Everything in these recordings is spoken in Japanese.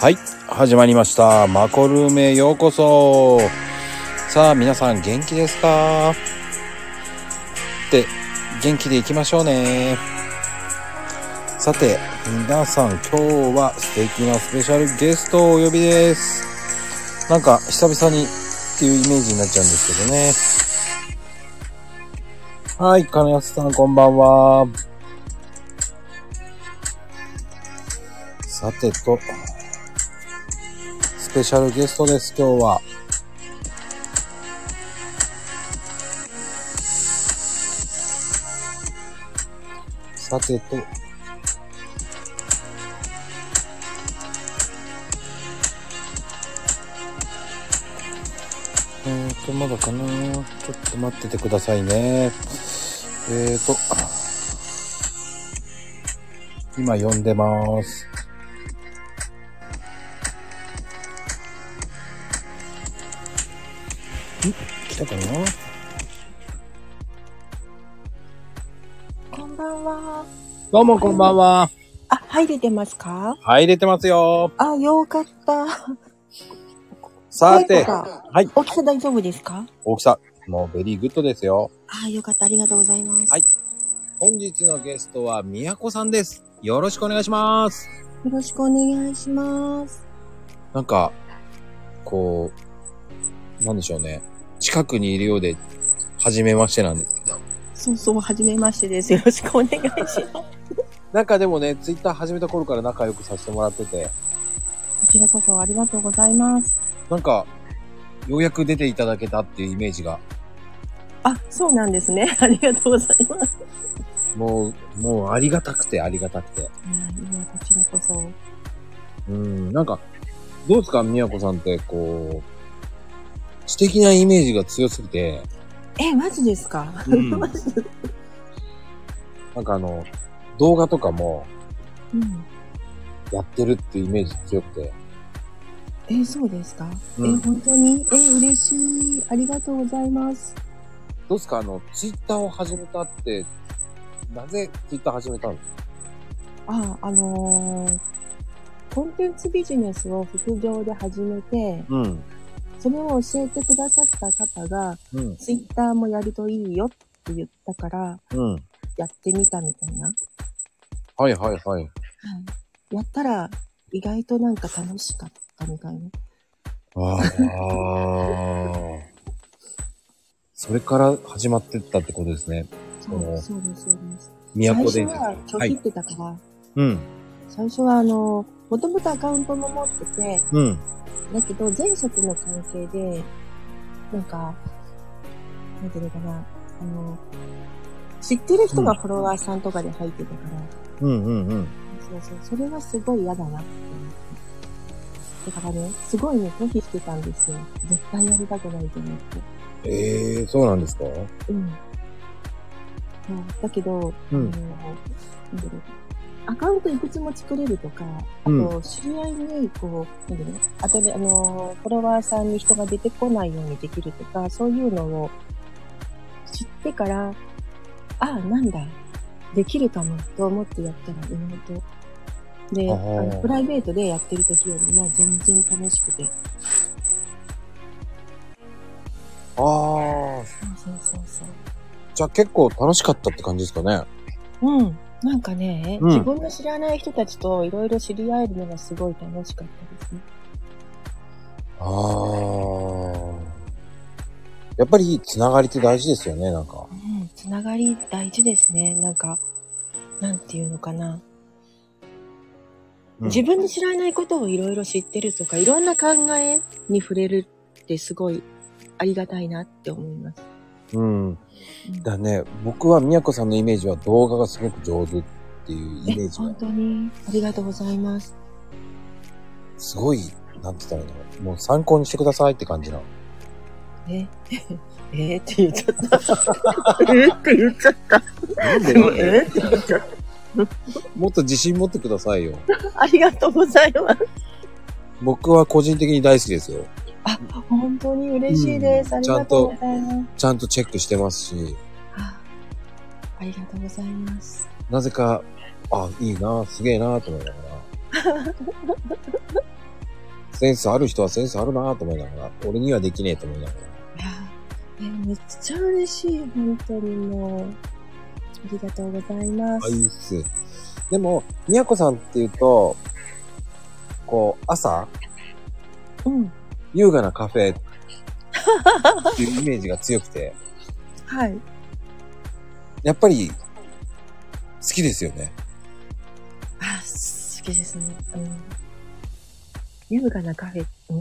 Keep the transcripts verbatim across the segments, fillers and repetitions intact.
はい、始まりました。マコルームへようこそ。さあ皆さん元気ですか？って元気でいきましょうね。さて皆さん、今日は素敵なスペシャルゲストをお呼びです。なんか久々にっていうイメージになっちゃうんですけどね。はい、金安さんこんばんは。さてとスペシャルゲストです。今日はさてとえーとまだかな、ちょっと待っててくださいね。えーと今呼んでます。ん来たかな。 こんばんは。 どうもこんばんは。 あ、入れてますか？ 入れてますよ。 あ、よかった。 さて、はい。 大きさ大丈夫ですか？ 大きさ、もうベリーグッドですよ。 あ、よかった。ありがとうございます。 はい。本日のゲストはみやこさんです。よろしくお願いします。 よろしくお願いします。 なんか、こう、なんでしょうね。近くにいるようで、初めましてなんですけど。 そうそう、初めましてです。よろしくお願いします。 なんかでもね、ツイッター始めた頃から仲良くさせてもらってて。 こちらこそありがとうございます。 なんか、ようやく出ていただけたっていうイメージが。 あ、そうなんですね。ありがとうございます。 もう、もうありがたくてありがたくて。いや、 今こちらこそ。 うん、なんか、どうですか、みやこさんって、こう、知的なイメージが強すぎて。 え、マジですか？ うん、なんかあの、動画とかも、やってるっていうイメージ強くて。 うん、え、そうですか？うん、え、本当に？え、嬉しい。ありがとうございます。 どうですか、あの、ツイッターを始めたって、なぜツイッター始めたんですか？ あ、あのー、コンテンツビジネスを副業で始めて、うん、それを教えてくださった方が、うん、ツイッターもやるといいよって言ったから、うん、やってみたみたいな。 はいはいはい。 やったら意外となんか楽しかったみたいな。 ああ。それから始まってったってことですね。 そうそうです、そうです。 都で。 最初は拒否ってたから、はい、 うん。 最初はあの、もともとアカウントも持ってて、うん。だけど前職の関係で、なんか、なんていうのかな、あの、知ってる人がフォロワーさんとかで入ってたから、うんうんうん。そうそう、それがすごい嫌だなって思って。だからね、すごいね、拒否してたんですよ。絶対やりたくないと思って。 ええー、そうなんですか？うん。 だけど、うん、あの、なんだろう。アカウントいくつも作れるとか、あと、知り合いに、こう、なんだろう、あとで、あの、フォロワーさんに人が出てこないようにできるとか、そういうのを知ってから、ああ、なんだ、できるかも、と思ってやったら、意外と。で、あの、プライベートでやってる時よりも全然楽しくて。 ああ。そうそうそうそう。 じゃあ結構楽しかったって感じですかね？ うん。なんかね、うん、自分の知らない人たちといろいろ知り合えるのがすごい楽しかったですね。 ああ。やっぱりつながりって大事ですよね、なんか。 うん、つながり大事ですね。なんか、なんていうのかな。うん、自分の知らないことをいろいろ知ってるとか、いろんな考えに触れるってすごいありがたいなって思います。 うん。だね、僕はみやこさんのイメージは動画がすごく上手っていうイメージが。 本当にありがとうございます。 すごい、なんて言ったらいいの？もう参考にしてくださいって感じなの。 ええー、って言っちゃった。えー、って言っちゃった。 なんでえー、って言っちゃった。もっと自信持ってくださいよ。 ありがとうございます。 僕は個人的に大好きですよ。 あ、本当に嬉しいです。うん、ありがとうございます。 ちゃんとチェックしてますし。 あ、ありがとうございます。 なぜか、あ、いいな、すげえなと思いながら。 センスある人はセンスあるなぁと思いながら、俺にはできねえと思いながら。 いや、めっちゃ嬉しい。本当にもう。ありがとうございます。 あ、いいっす。でも、みやこさんっていうと、こう、朝、 うん。 優雅なカフェっていうイメージが強くて。 はい。 やっぱり、好きですよね。 あ、好きですね。うん。優雅なカフェ。うん。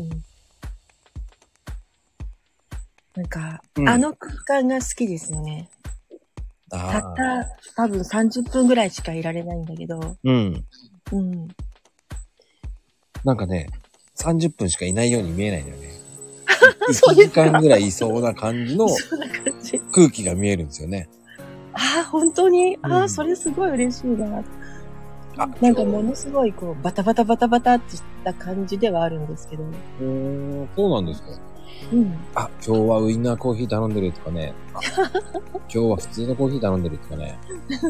なんか、うん、あの空間が好きですよね。たった多分さんじゅっぷんぐらいしかいられないんだけど。 うん。 うん。 なんかね、さんじゅっぷんしかいないように見えないんだよね。いちじかんぐらいいそうな感じの空気が見えるんですよね。 ああ、本当に、うん、ああ、それすごい嬉しいな。あ、なんかものすごいこうバタバタバタバタってした感じではあるんですけど。 うーん、そうなんですか。 うん。 あ、今日はウインナーコーヒー頼んでるとかね。今日は普通のコーヒー頼んでるとかね。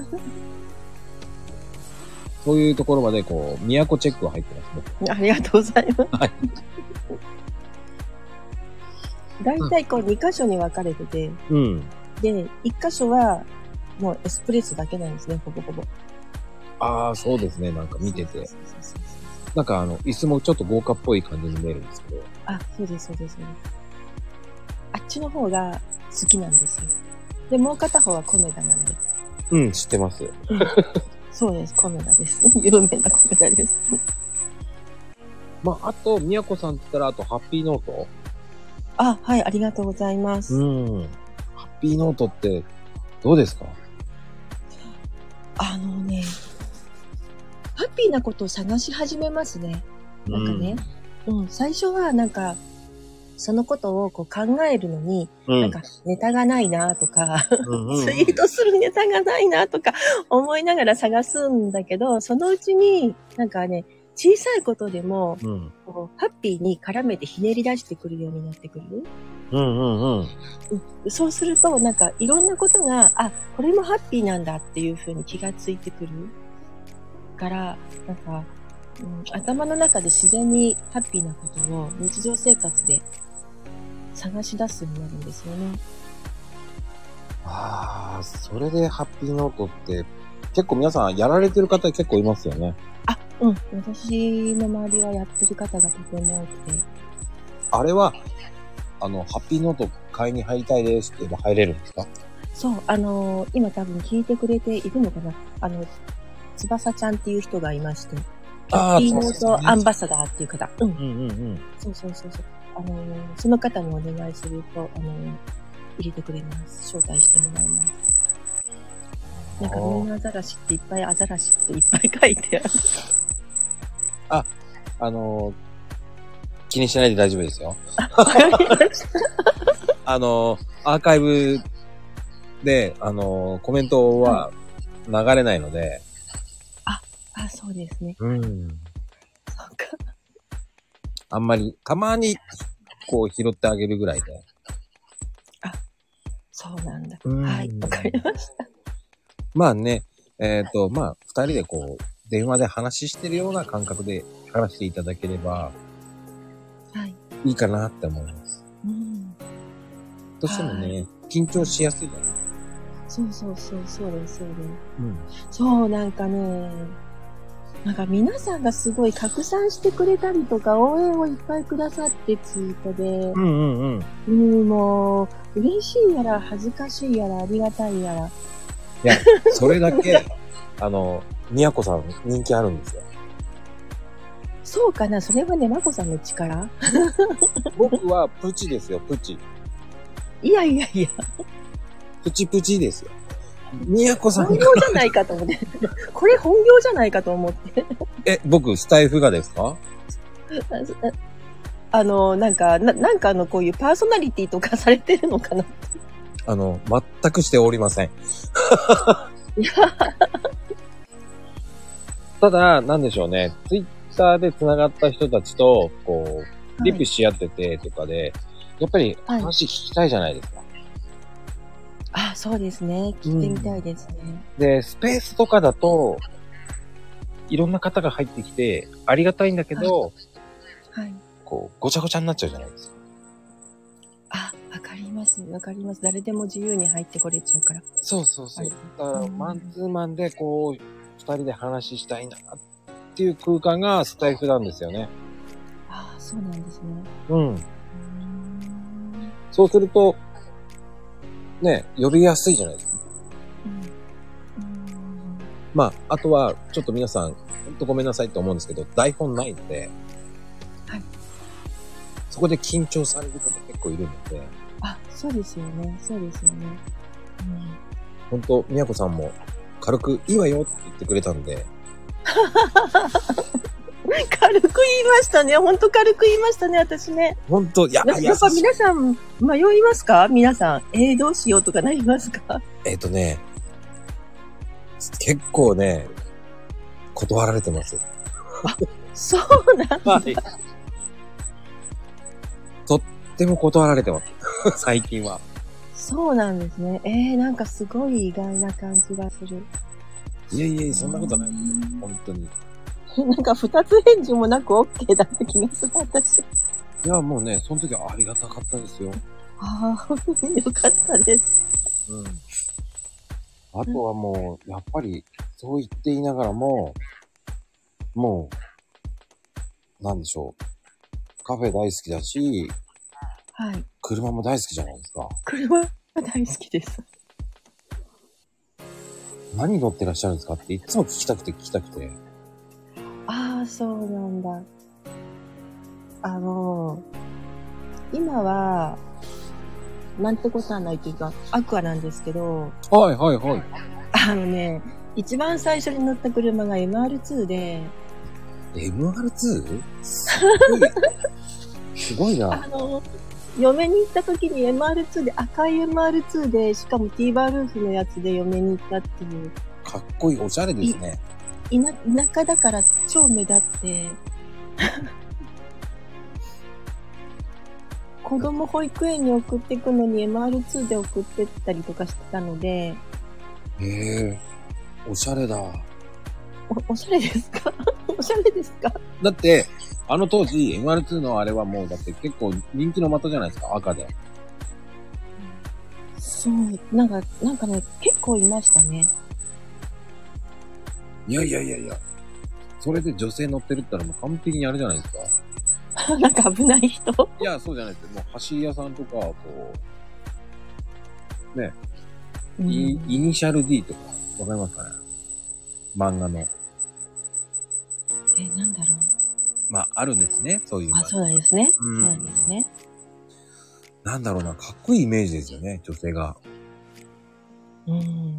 そういうところまでこう、都チェックが入ってますね。 ありがとうございます。 はい。 だいたいこうに箇所に分かれてて。 うん。 で、いっ箇所はもうエスプレッソだけなんですね、ほぼほぼ。 ああ、そうですね。なんか見てて。なんかあの、椅子もちょっと豪華っぽい感じに見えるんですけど。 あ、そうです、そうです、そうです。あっちの方が好きなんですよ。で、もう片方はコメダなんで。 うん、知ってます。うん、 そうです、コメダです。有名なコメダです。 まあ、あと、みやこさんって言ったら、あと、ハッピーノート？ あ、はい、ありがとうございます。 うん。ハッピーノートって、どうですか？ あのね、ハッピーなことを探し始めますね。なんかね、うん、うん、最初はなんか、そのことをこう考えるのに、うん、なんかネタがないなとか、うんうんうん、ツイートするネタがないなとか思いながら探すんだけど、そのうちになんかね、小さいことでも、うん、こうハッピーに絡めてひねり出してくるようになってくる。 うんうんうんうん、そうすると、なんかいろんなことが、あ、これもハッピーなんだっていうふうに気がついてくるから、なんか、うん、頭の中で自然にハッピーなことを日常生活で探し出すようになるんですよね。 ああ、それでハッピーノートって結構皆さんやられてる方結構いますよね。 あ、うん。私の周りはやってる方がとても多くて。 あれは、あの、ハッピーノート買いに入りたいですって言えば入れるんですか？ そう、あのー、今多分聞いてくれているのかな。あの、翼ちゃんっていう人がいまして。ハッピーノートアンバサダーっていう方。うん。うんうんうん。そうそうそうそう。あのー、その方にお願いすると、あのー、入れてくれます。招待してもらいます。なんかみんなアザラシっていっぱいアザラシっていっぱい書いてある。 あ、あのー、気にしないで大丈夫ですよ。あのー、アーカイブで、あのー、コメントは流れないので。 あ、あ、そうですね。 うん。 そうか。 あんまり、たまに、こう拾ってあげるぐらいで。 あ、そうなんだ。はい、わかりました。 まあね、えっと、まあ、二人でこう、電話で話してるような感覚で話していただければ、 はい。 いいかなって思います。うん。どうしてもね、緊張しやすいじゃない？ そうそうそう、そうです、そうです。 うん。 そう、なんかね、なんか皆さんがすごい拡散してくれたりとか、応援をいっぱいくださってツイートで。 うんうんうん。 うん、もう、嬉しいやら、恥ずかしいやら、ありがたいやら。 いや、それだけ、あの、みやこさん人気あるんですよ。 そうかな？それはね、まこさんの力？ 僕はプチですよ、プチ。 いやいやいや。 プチプチですよ。みやこさん本業じゃないかと思って。これ本業じゃないかと思って。 え、僕、スタイフがですか？ あの、なんか、な、なんかあの、こういうパーソナリティとかされてるのかなって。 あの、全くしておりません。 いやただ、なんでしょうね。ツイッターで繋がった人たちと、こう、リプし合っててとかで、はい、やっぱり話聞きたいじゃないですか。はい、 あ、そうですね。聞いてみたいですね、うん。 で、スペースとかだと、いろんな方が入ってきて、ありがたいんだけど、 はいはい、 こう、ごちゃごちゃになっちゃうじゃないですか。 あ、わかります。わかります。誰でも自由に入ってこれちゃうから。 そうそうそう。 はいだから、 うんマンツーマンでこう、二人で話したいなっていう空間がスタイフなんですよね。 ああ、そうなんですね。 うん。 うーんそうすると、ね、呼びやすいじゃないですか。 うんうんまあ、あとは、ちょっと皆さん、ほんとごめんなさいと思うんですけど、台本ないので、 はい。 そこで緊張される方結構いるので、 あ、そうですよね。そうですよね。 ほんと、みやこさんも軽くいいわよって言ってくれたんで、 軽く言いましたね。ほんと軽く言いましたね、私ね。 ほんと、いや、 ややっぱ優しい皆さん迷いますか？皆さん。えー、どうしようとかなりますか？ えっとね、結構ね、断られてます。 そうなんだ。 はい。とっても断られてます。最近は。 そうなんですね。えー、なんかすごい意外な感じがする。 いやいやいや、そんなことないですよ。本当に。 なんか二つ返事もなく OK だった気がする、私。 いや、もうね、その時はありがたかったですよ。 ああ、よかったです。 うん。あとはもう、やっぱり、そう言っていながらも、もう、なんでしょう。カフェ大好きだし、 はい。 車も大好きじゃないですか。 車が大好きです。 何乗ってらっしゃるんですかっていつも聞きたくて聞きたくて。 ああ、そうなんだ。あのー、今は、なんてことはないというか、アクアなんですけど、 はいはいはい。 あのね、一番最初に乗った車が エムアールツー で、 エムアールツー？ すごい。すごいな。 あの、嫁に行った時に エムアールツー で、赤い エムアールツー で、しかもティーバールーフのやつで嫁に行ったっていう。 かっこいい、おしゃれですね。 いな、田舎だから超目立って、子供保育園に送ってくのに エムアールツー で送ってったりとかしてたので、 へえ、おしゃれだ。 お、おしゃれですか？おしゃれですか？ だって、あの当時 エムアールツー のあれはもうだって結構人気の的じゃないですか、赤で。 そう、なんか、なんかね、結構いましたね。 いやいやいやいや。それで女性乗ってるって言ったらもう完璧にあれじゃないですか。 なんか危ない人。 いや、そうじゃないです。もう走り屋さんとか、こう、ね、 うん、 イ, イニシャル D とか、わかりますかね？漫画の。 え、なんだろう。 まあ、あるんですね、そういうの。 あ、そうなんですね。 うんそうなんですね。 なんだろうな、かっこいいイメージですよね、女性が。 うん。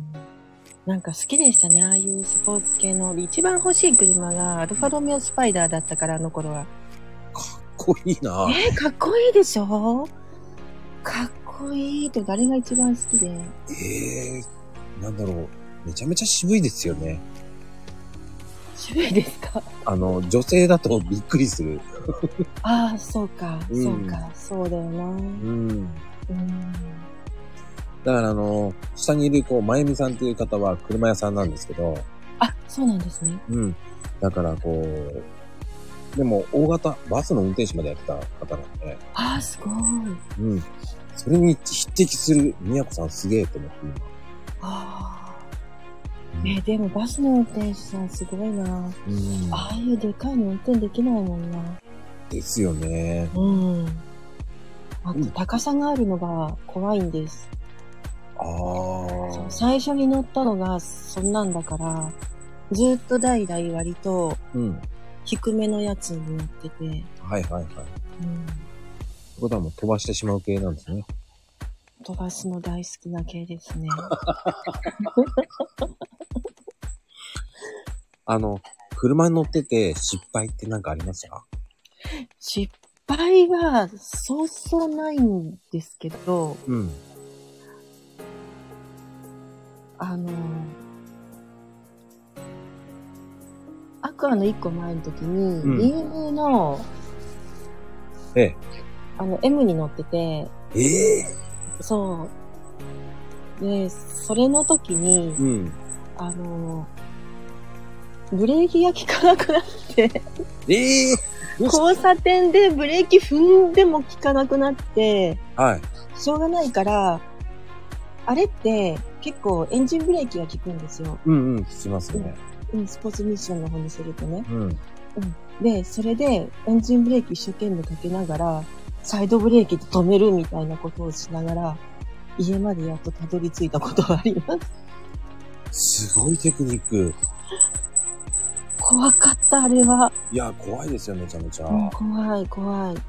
なんか好きでしたね、ああいうスポーツ系の。一番欲しい車がアルファロメオスパイダーだったから、あの頃は。 かっこいいな。 えー、かっこいいでしょ？かっこいいと誰が一番好きで。 ええー、なんだろう、めちゃめちゃ渋いですよね。 渋いですか？ あの、女性だとびっくりする。 ああ、そうか、 うん、 そうか、そうだよな。うん。 うん。だからあの、下にいるこう、まゆみさんという方は車屋さんなんですけど。 あ、そうなんですね。 うん。だからこう、でも大型、バスの運転手までやってた方なんで。 ああ、すごい。 うん。それに匹敵するみやこさんすげえと思って今。 ああ。えー、でもバスの運転手さんすごいな。うん。ああいうでかいの運転できないもんな。 ですよね。 うん。あと高さがあるのが怖いんです。 ああ。 最初に乗ったのがそんなんだから、ずっと代々割と低めのやつに乗ってて。うん、 はいはいはい。うん。ってことはもう飛ばしてしまう系なんですね。 飛ばすの大好きな系ですね。 あの、車に乗ってて失敗って何かありました？ 失敗はそうそうないんですけど、うん。あの、アクアの一個前の時に、うん、リームの、ええ、あの、M に乗ってて、ええー、そう。で、それの時に、うん、あの、ブレーキが効かなくなって。 ええー、 交差点でブレーキ踏んでも効かなくなって、 はい。 しょうがないから、あれって結構エンジンブレーキが効くんですよ。 うんうん、聞きますね。 うん、スポーツミッションの方にするとね。 うん。うん。 で、それでエンジンブレーキ一生懸命かけながら、サイドブレーキで止めるみたいなことをしながら、家までやっとたどり着いたことがあります。 すごいテクニック。 怖かった、あれは。 いや、怖いですよ、めちゃめちゃ。 うん、怖い、怖い。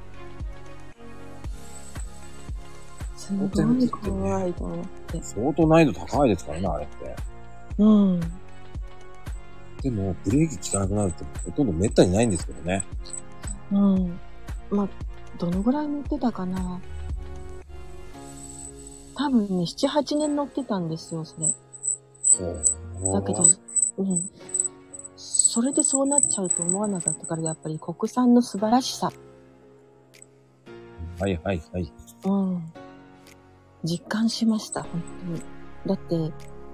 すごい怖いと思って。 相当難易度高いですからね、あれって。 うん。 でも、ブレーキ効かなくなるってほとんど滅多にないんですけどね。 うん。まあ、どのぐらい乗ってたかな。多分ね、なな、はちねん乗ってたんですよ、それ。 そう。 だけど、うん。それでそうなっちゃうと思わなかったから、やっぱり国産の素晴らしさ。 はいはいはい。 うん。実感しました、本当に。だって、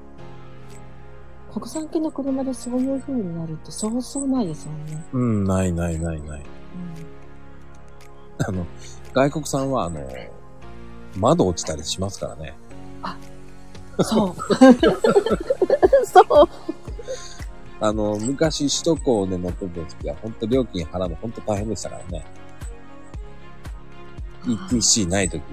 国産系の車でそういう風になるってそうそうないですもんね。 うん、ないないないない。うん、あの、外国産は、あの、窓落ちたりしますからね。 あ、そう。そう。 あの、昔首都高で乗ってた時は、ほんと料金払うのほんと大変でしたからね。イーティーシー ない時に。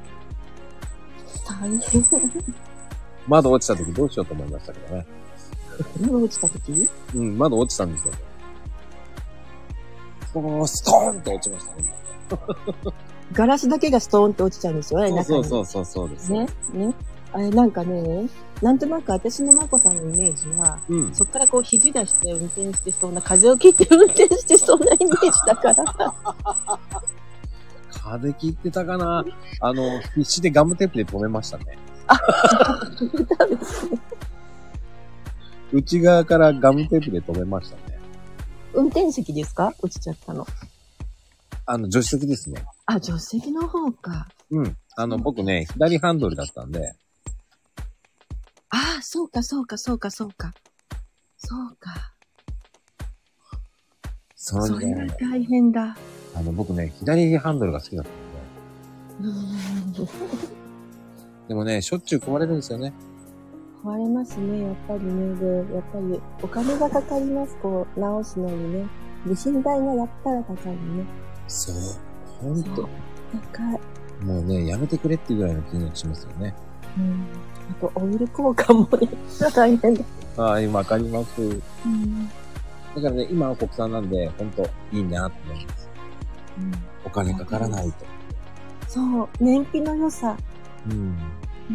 大変。 窓落ちた時どうしようと思いましたけどね。 窓落ちた時？ うん、窓落ちたんですよね。ストーン、ストーンって落ちましたね。 ガラスだけがストーンって落ちちゃうんですよね。 そうそうそうそうです。 ね。ね。あれなんかね、なんとなく私のまこさんのイメージは、うん、そっからこう肘出して運転してそうな、風を切って運転してそうなイメージだから。 風切ってたかな？あの、必死でガムテープで止めましたね。 あ、止めたんですね。 内側からガムテープで止めましたね。 運転席ですか？落ちちゃったの。 あの、助手席ですね。 あ、助手席の方か。 うん。あの、僕ね、左ハンドルだったんで。 ああ、そうか、そうか、そうか、そうか。そうか。 それ、ね、 それは大変だ。 あの、僕ね、左ハンドルが好きだったんで。でもね、しょっちゅう壊れるんですよね。 壊れますね、やっぱりね。で、やっぱりお金がかかります、こう、直すのにね。部品代がやったら高いね。 そう。ほんと。 高い。 もうね、やめてくれっていうぐらいの金額しますよね。 うん。あと、オイル交換もね、大変だ。 はい、わかります。うん。だからね、今は国産なんで、ほんといいなって思います。うん。お金かからないと。 そう、燃費の良さ。 うん。うん。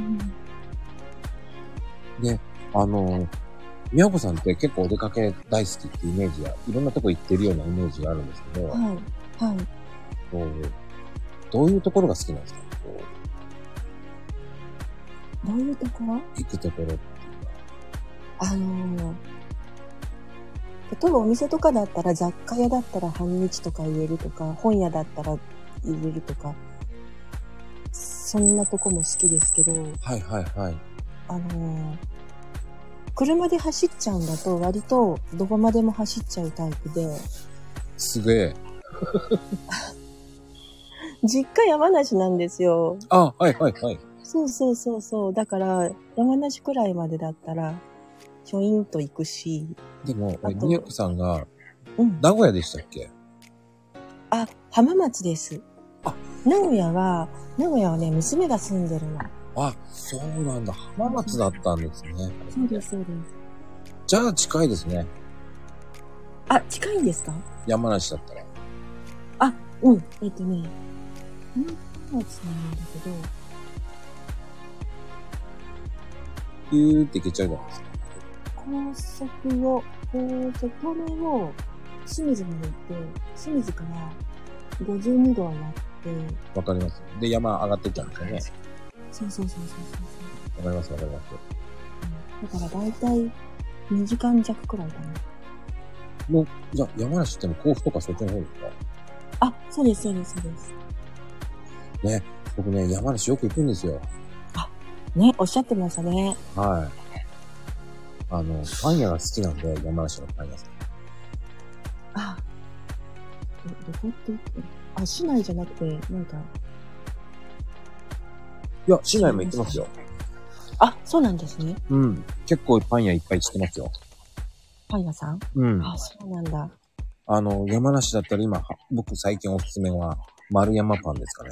で、あの、みやこさんって結構お出かけ大好きっていうイメージや、いろんなとこ行ってるようなイメージがあるんですけど、はい、はい。こう、どういうところが好きなんですか？こうどういうところ？ 行くところっていうか。 あのー、例えばお店とかだったら雑貨屋だったら半日とか言えるとか、本屋だったら言えるとか、そんなとこも好きですけど、 はいはいはい。 あのー、車で走っちゃうんだと割とどこまでも走っちゃうタイプで。 すげえ。 実家山梨なんですよ。 あ、はいはいはい。 そうそうそうそう。だから山梨くらいまでだったらちょいんと行くし。 でも、みやこさんが、うん、名古屋でしたっけ？ あ、浜松です。あ、名古屋は、名古屋はね、娘が住んでるの。 あ、そうなんだ。浜松だったんですね。 そうです、そうです。 じゃあ近いですね。 あ、近いんですか？ 山梨だったら。 あ、うん。えっとね、浜松なんだけど、 ピューって行けちゃうじゃないですか。 高速を、高速、東名を清水まで行って、清水からごじゅうにど上がって。 わかります。で、山上がっていったんですよね。 そうそうそうそうそう。 わかりますわかります。 うん、だからだいたいにじかん弱くらいかな。 もう、じゃあ山梨っての甲府とかそっちの方ですか？ あ、そうですそうですそうです。 ね、僕ね、山梨よく行くんですよ。 あ、ね、おっしゃってましたね。 はい。あの、パン屋が好きなんで、山梨のパン屋さん。 あ、 どこって言って、あ、市内じゃなくて、なんか。 いや、市内も行ってますよ。 あ、そうなんですね。 うん。結構パン屋いっぱい知ってますよ。 パン屋さん？ うん。 あ、そうなんだ。 あの、山梨だったら今、僕最近おすすめは、丸山パンですかね。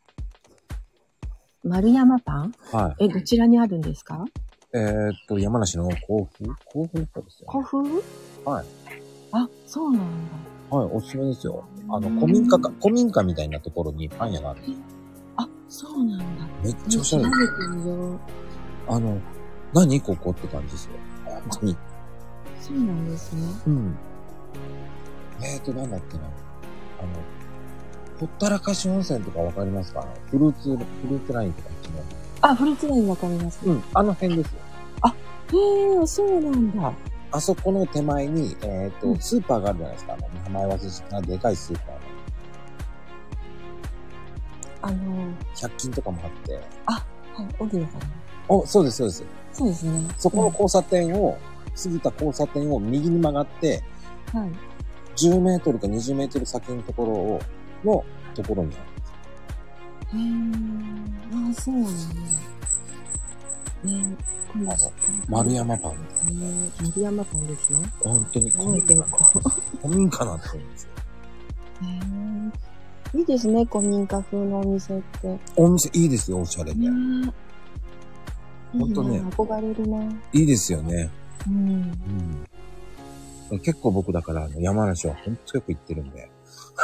丸山パン？ はい。 え、どちらにあるんですか？ えー、っと、山梨の甲府甲府の方ですよ、ね。 甲府？ はい。 あ、そうなんだ。はい、おすすめですよ。あの、古民家か、古民家みたいなところにパン屋があるんですよ。 あ、そうなんだ。 めっちゃおしゃれです。あの、何ここって感じですよ。本当に。 そうなんですね。 うん。えーと、なんだっけな。あの、ほったらかし温泉とかわかりますか？フルーツ、フルーツラインとか違う。 あ、フルーツラインわかります。 うん、あの辺ですよ。 あ、へえ、そうなんだ。 あそこの手前に、えっと、うん、スーパーがあるじゃないですか。あの、名前忘れしたでかいスーパーが。 あのひゃく均とかもあって。 あ、はい、オギのかな。 お、そうです、そうです。 そうですね。 そこの交差点を、うん、過ぎた交差点を右に曲がって、 はい。 じゅうメートルかにじゅうメートル先のところを、のところにあるんです。 へー。あ、そうなんだね。ねあの、丸山パンですね。丸山パンですね。 本当に古民家。古民家なんて言うんですよ。 へー。いいですね、古民家風のお店って。 お店いいですよ、おしゃれで。 ね、 本当ね。 憧れるな。 いいですよね。 うん。 うん、結構僕だからあの山梨はほんとよく行ってるんで。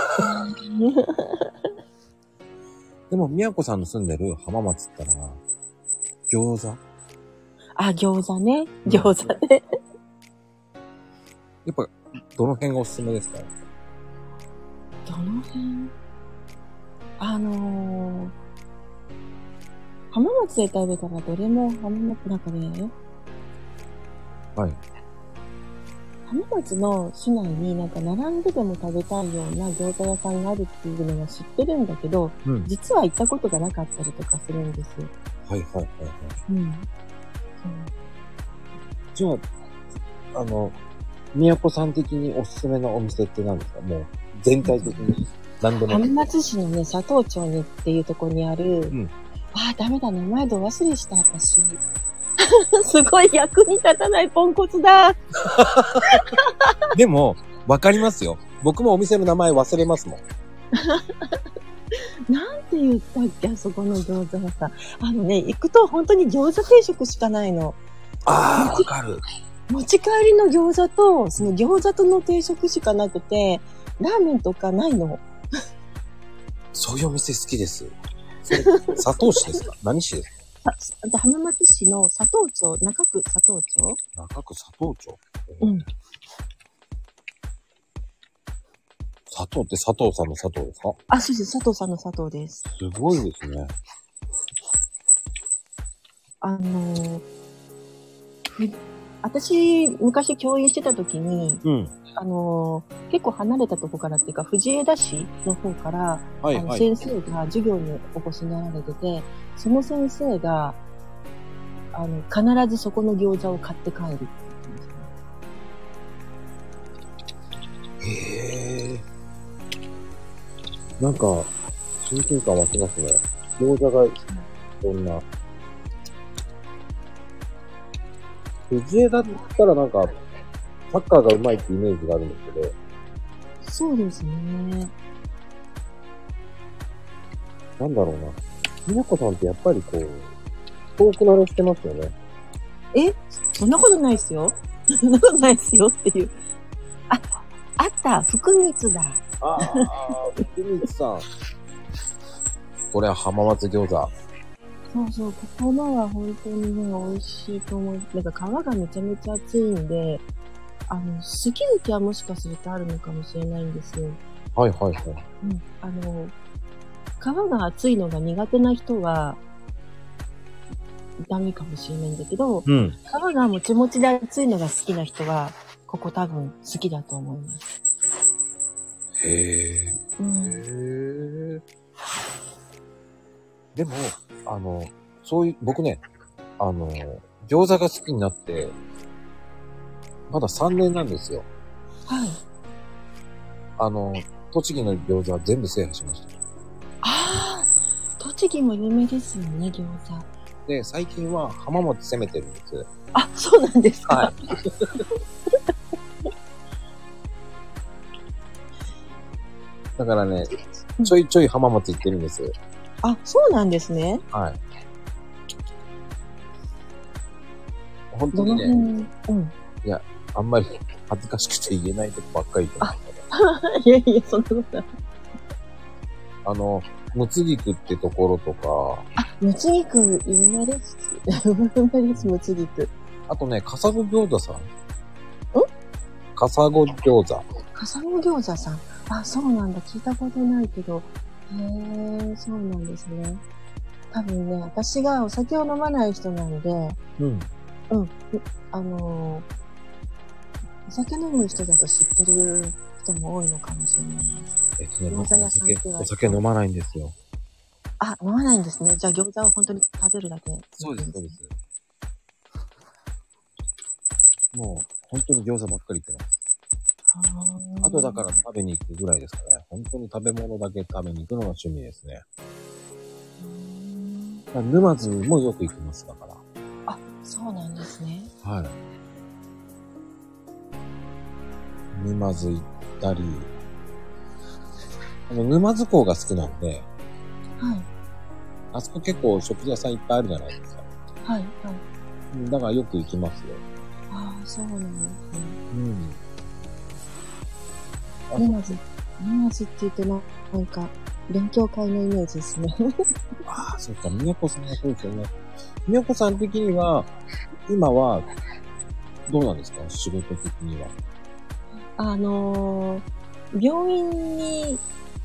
でも、宮子さんの住んでる浜松ってのは、餃子？ あ、餃子ね。餃子ね。 やっぱ、どの辺がおすすめですか？ どの辺？あのー、浜松で食べたらどれも浜松なんかね。 はい。 浜松の市内になんか並んででも食べたいような餃子屋さんがあるっていうのは知ってるんだけど、うん、実は行ったことがなかったりとかするんですよ。 はいはいはいはい。うん。じゃあ、あの、宮子さん的におすすめのお店って何ですか？もう全体的に何でも。 浜松市のね、佐藤町にっていうところにある、うん、ああ、ダメだ、名前ど忘れした、私。すごい役に立たないポンコツだ。 でも、わかりますよ。僕もお店の名前忘れますもん。 なんて言ったっけ、あそこの餃子屋さん。あのね、行くと本当に餃子定食しかないの。 ああ、わかる。 持ち帰りの餃子と、その餃子との定食しかなくて、ラーメンとかないの。 そういうお店好きです。それ、佐藤市ですか？何市ですか？ 浜松市の佐藤町、中区佐藤町？ 中区佐藤町？ うん。 佐藤って佐藤さんの佐藤ですか？ あ、そうです。佐藤さんの佐藤です。 すごいですね。 あの、私、昔教員してた時に、うん、あの、結構離れたとこからっていうか、藤枝市の方から、はいはい、あの先生が授業にお越しになられてて、その先生が、あの、必ずそこの餃子を買って帰るって言ってましたね。へー。なんか、親近感湧きますね。餃子が、そんな。藤枝だったらなんか、サッカーが上手いってイメージがあるんですけど。 そうですね。 なんだろうな。みなこさんってやっぱりこう、遠く慣れしてますよね。 え？そんなことないですよ。そんなことないですよっていう。あ、あった、福光だ。 ああ、福光さん。これは浜松餃子。 そうそう、ここのは本当にね、美味しいと思う。なんか皮がめちゃめちゃ厚いんで、あの、好き好きはもしかするとあるのかもしれないんですよ。 はいはいはい。 うん。あの、皮が厚いのが苦手な人は、ダメかもしれないんだけど、うん、皮がもちもちで厚いのが好きな人は、ここ多分好きだと思います。 へー。うん、へー。でも、あの、そういう、僕ね、あの、餃子が好きになって、まださんねんなんですよ。 はい。 あの、 栃木の餃子は全部制覇しました。 ああ、栃木も有名ですよね、餃子。 で、最近は浜松攻めてるんです。 あ、そうなんですか。 はい。だからね、ちょいちょい浜松行ってるんです。 あ、そうなんですね。 はい。本当にね、うん、いや、あんまり恥ずかしくて言えないとこばっかり言ってます。 いやいや、そんなことない。 あの、むつぎくってところとか。 あ、むつぎく有名です。有名です、むつぎく。 あとね、かさご餃子さん。んかさご餃子。 かさご餃子さん。あ、そうなんだ。聞いたことないけど。へえ、そうなんですね。多分ね、私がお酒を飲まない人なんで、うん。うん。あのー、お酒飲む人だと知ってる人も多いのかもしれないです。 えっとね、僕お酒、お酒飲まないんですよ。 あ、飲まないんですね。じゃあ餃子を本当に食べるだけ。 そうです、そうです。もう、本当に餃子ばっかり言ってます。あとだから食べに行くぐらいですかね。本当に食べ物だけ食べに行くのが趣味ですね。沼津もよく行きます、だから。 あ、そうなんですね。 はい。沼津行ったり、あの、沼津港が好きなんで、はい。あそこ結構食事屋さんいっぱいあるじゃないですか。はい、はい。だからよく行きますよ。 ああ、そうなんですね。うん。沼津、沼津って言うとな、なんか、勉強会のイメージですね。 ああ、そうか、みやこさんがそうですよね。みやこさん的には、今は、どうなんですか？仕事的には。 あのー、病院に、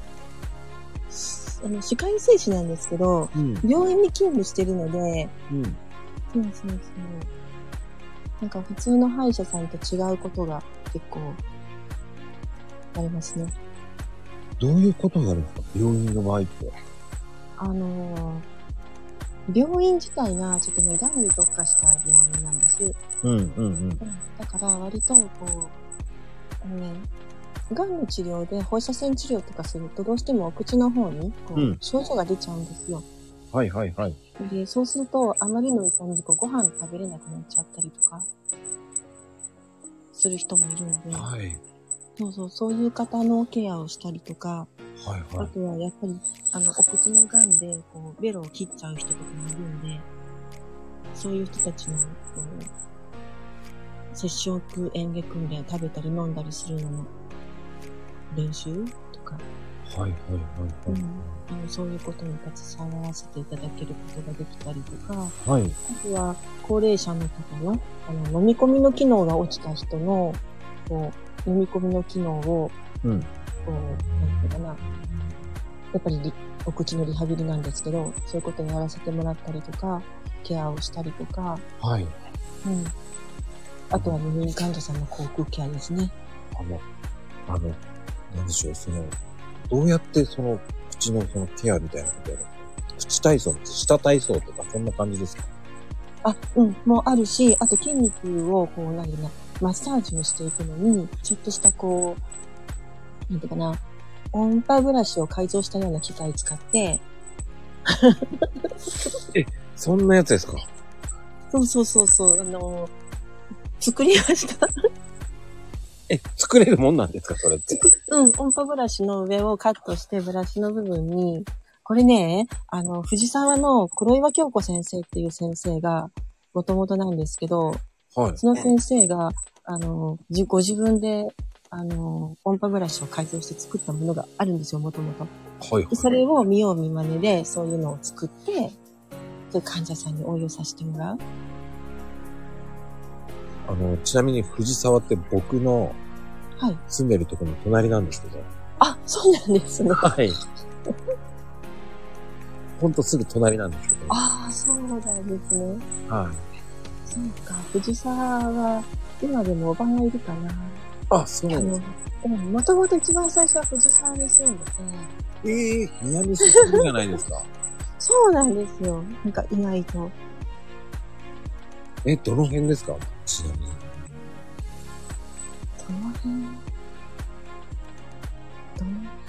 あの、歯科衛生士なんですけど、うん、病院に勤務してるので、うん。そうそうそう。なんか普通の歯医者さんと違うことが結構、ありますね。 どういうことがあるんですか？病院の場合って。 あのー、病院自体がちょっとね、癌に特化した病院なんです。うんうんうん。だから割とこう、あのね、癌の治療で放射線治療とかするとどうしてもお口の方にこう、うん、症状が出ちゃうんですよ。 はいはいはい。 で、そうするとあまりの痛みでこうご飯食べれなくなっちゃったりとかする人もいるんで、はい。そうそう、そういう方のケアをしたりとか、はいはい。あとはやっぱりあのお口の癌でこうベロを切っちゃう人とかもいるんで、そういう人たちのこう接触嚥下訓練、食べたり飲んだりするのも練習とか、はいはいはいはい、うん、あのそういうことに携わらせていただけることができたりとか、はい、あとは高齢者の方のあの飲み込みの機能が落ちた人のこう飲み込みの機能を、うん、こうなんていうかな、やっぱりお口のリハビリなんですけど、そういうことをやらせてもらったりとか、ケアをしたりとか、はい、うん、あとは入院患者さんの口腔ケアですね。 あの、あの。なんでしょう、その、どうやってその、口のそのケアみたいなことやるの？口体操、舌体操とか、そんな感じですか？ あ、うん、もうあるし、あと筋肉を、こう、なんだろうな、マッサージをしていくのに、ちょっとしたこう、なんていうかな、音波ブラシを改造したような機械使って、 え、そんなやつですか？ そうそうそうそう、あの、作りました。 え、作れるもんなんですかそれって。 うん、音波ブラシの上をカットして、ブラシの部分に、これね、あの、藤沢の黒岩京子先生っていう先生が、もともとなんですけど、はい。その先生が、あの、ご自分で、あの、音波ブラシを改造して作ったものがあるんですよ、もともと。はい、はい。それを見よう見まねで、そういうのを作って、で、患者さんに応用させてもらう。 あの、ちなみに藤沢って僕の住んでるところの隣なんですけど。はい、 あ、そうなんですね。 はい。ほんとすぐ隣なんですけど。 ああ、そうなんですね。はい。そうか、藤沢は今でもおばがいるかな。 あ、そうなんですか。 うん、もともと一番最初は藤沢に住んでて。 ええー、ニアミスするじゃないですか。 そうなんですよ。なんか意外と。 え、どの辺ですかちなみに。 どの辺どの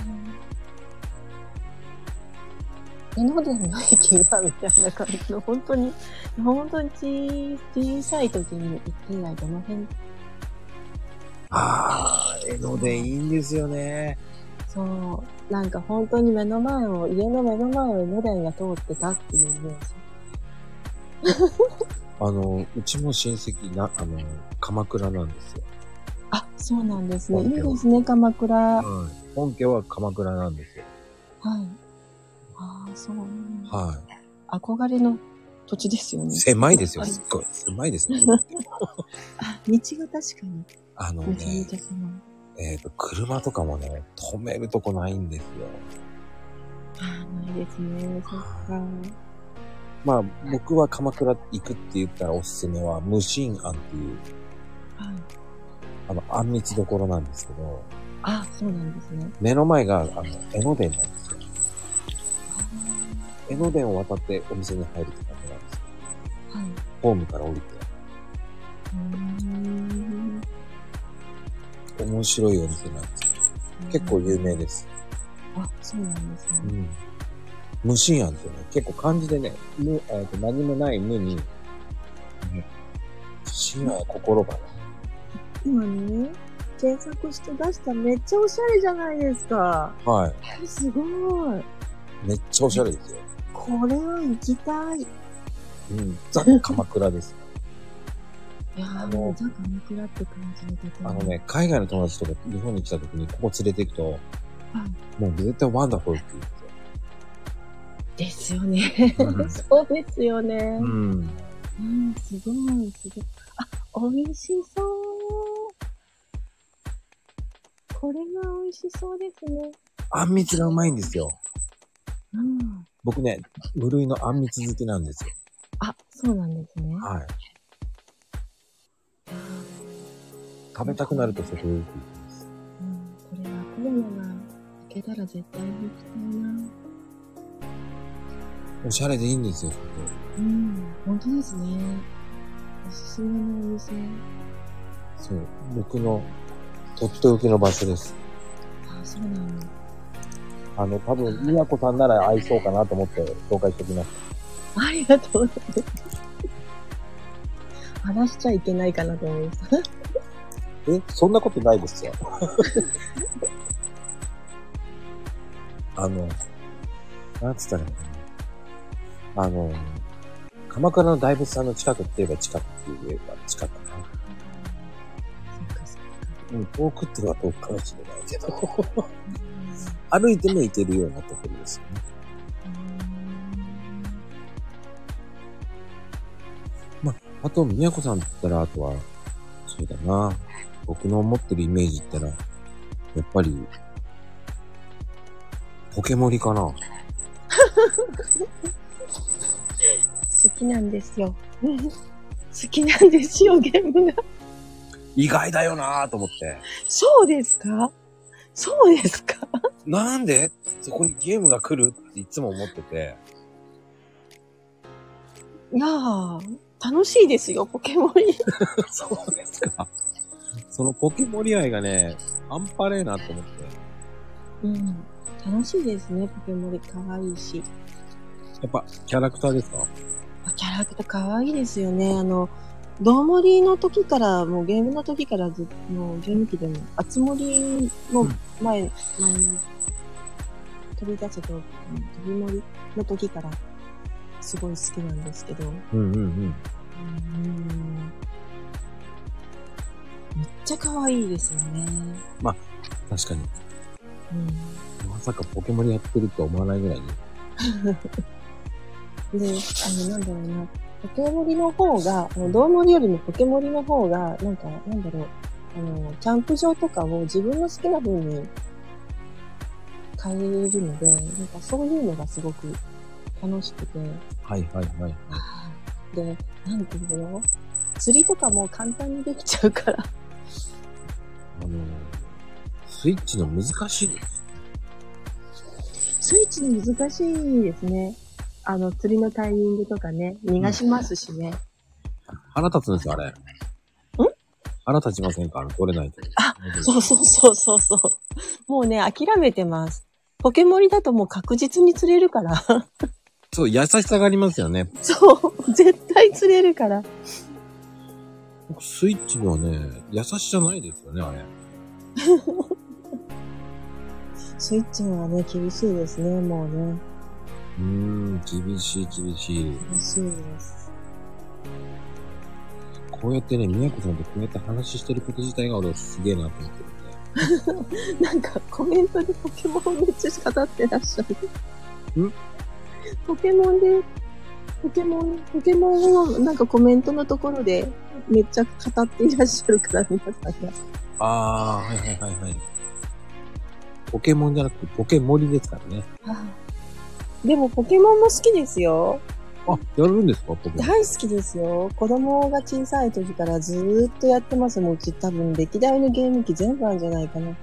江ノ電の駅が、みたいな感じの、本当に、本当にち小さい時に行って以来どの辺。 ああ、江ノ電いいんですよね。 そう。なんか本当に目の前を、家の目の前を江ノ電が通ってたっていうイメージ。 あの、うちも親戚な、あの、鎌倉なんですよ。 あ、そうなんですね。いいですね、鎌倉。はい。 本家は鎌倉なんですよ。 はい。ああ、そうなんだ。 はい。 憧れの土地ですよね。 狭いですよ、すっごい。狭いですね。 あ、道が確かに。 あのね、 めちゃめちゃ狭い。 えっと、車とかもね、止めるとこないんですよ。 ああ、ないですね。そっか。 まあ、僕は鎌倉行くって言ったらおすすめは、無心庵っていう、 はい。 あの、あんみつどころなんですけど、 あ、そうなんですね。 目の前が、あの、江ノ電なんですよ。江ノ電を渡ってお店に入るって感じなんですよ。 はい。 ホームから降りて。 うーん。 面白いお店なんですよ。結構有名です。 あ、そうなんですね。 うん。無心庵ってね、結構漢字でね、無、えっと、何もない無に、ね、心は心がね。 今ね、検索して出したらめっちゃおしゃれじゃないですか。 はい。 すごい。 めっちゃおしゃれですよ。 これは行きたい。 うん。ザ・鎌倉です。 いやー、もうザ・鎌倉って感じで出てあのね、海外の友達とか日本に来た時にここ連れて行くと、はい、もう絶対ワンダフルって言うんですよ。ですよね。そうですよね。 うん。 うん、すごい、すごい。あ、美味しそう。これが美味しそうですね。 あんみつがうまいんですよ。 うん。 僕ね、無類のあんみつ好きなんですよ。 あ、そうなんですね。 はい。食べたくなるとそこへ行きます。 うん、これはコロナが明けたら絶対に行きたいな。 おしゃれでいいんですよ、ここ。 うん、本当ですね。おすすめのお店。 そう、僕のとっておきの場所です。 あ、そうなの。 あの、多分、みやこさんなら合いそうかなと思って紹介しておきました。 ありがとうございます。話しちゃいけないかなと思いました。 え、そんなことないですよ。あの、なんつったらいいのかな。あの、鎌倉の大仏さんの近くって言えば近くって言えば近くかな。うん、遠くっていうのは遠くかもしれないけど。歩いても行けるようなところですよね。まあ、あと、宮子さんって言ったら、あとは、そうだな。僕の思ってるイメージって言ったら、やっぱり、ポケモリかな。好きなんですよ。好きなんですよ、ゲームが。 意外だよなぁと思って。 そうですか？そうですか？ なんでそこにゲームが来るっていつも思ってて。 いやー、楽しいですよ、ポケモリ。 そうですか。そのポケモリ愛がね、半端ねえなと思って。 うん。楽しいですね、ポケモリ。可愛いし。 やっぱ、キャラクターですか？ キャラクター可愛いですよね。あの、ドーモリの時から、もうゲームの時からずっと、もうゲーム機でも、あつ森の前、うん、前に、飛び出せと、飛び森の時から、すごい好きなんですけど。 うんうんうん。うんめっちゃ可愛いですよね。 まあ、確かに。うん。まさかポケモリやってるとは思わないぐらいに。 で、あの、なんだろうな。ポケモリの方が、あの、ドーモリよりもポケモリの方が、なんか、なんだろう。あの、キャンプ場とかを自分の好きな風に変えれるので、なんかそういうのがすごく楽しくて。 はいはいはい。 で、なんていうの？釣りとかも簡単にできちゃうから。 あの、スイッチの難しいです。 スイッチの難しいですね。あの、釣りのタイミングとかね、逃がしますしね。 うん、腹立つんですよ、あれ。ん？腹立ちませんか？取れないと。 あ、そうそうそうそうそう。もうね、諦めてます。 ポケモリだともう確実に釣れるから。 そう、優しさがありますよね。 そう、絶対釣れるから。 スイッチはね、優しじゃないですよね、あれ。 スイッチはね、厳しいですね、もうね。 うーん、厳しい、厳しい。 厳しいです。 こうやってね、みやこさんとこうやって話してること自体が俺はすげえなと思ってるんで。なんかコメントでポケモンめっちゃ語ってらっしゃる。 んポケモンで、ポケモン、ポケモンをなんかコメントのところでめっちゃ語っていらっしゃるから、皆さんが。 あー、はいはいはいはい。ポケモンじゃなくてポケモリですからね。 でもポケモンも好きですよ。 あ、やるんですかポケモン。 大好きですよ。子供が小さい時からずーっとやってます。もううち多分歴代のゲーム機全部あるんじゃないかな。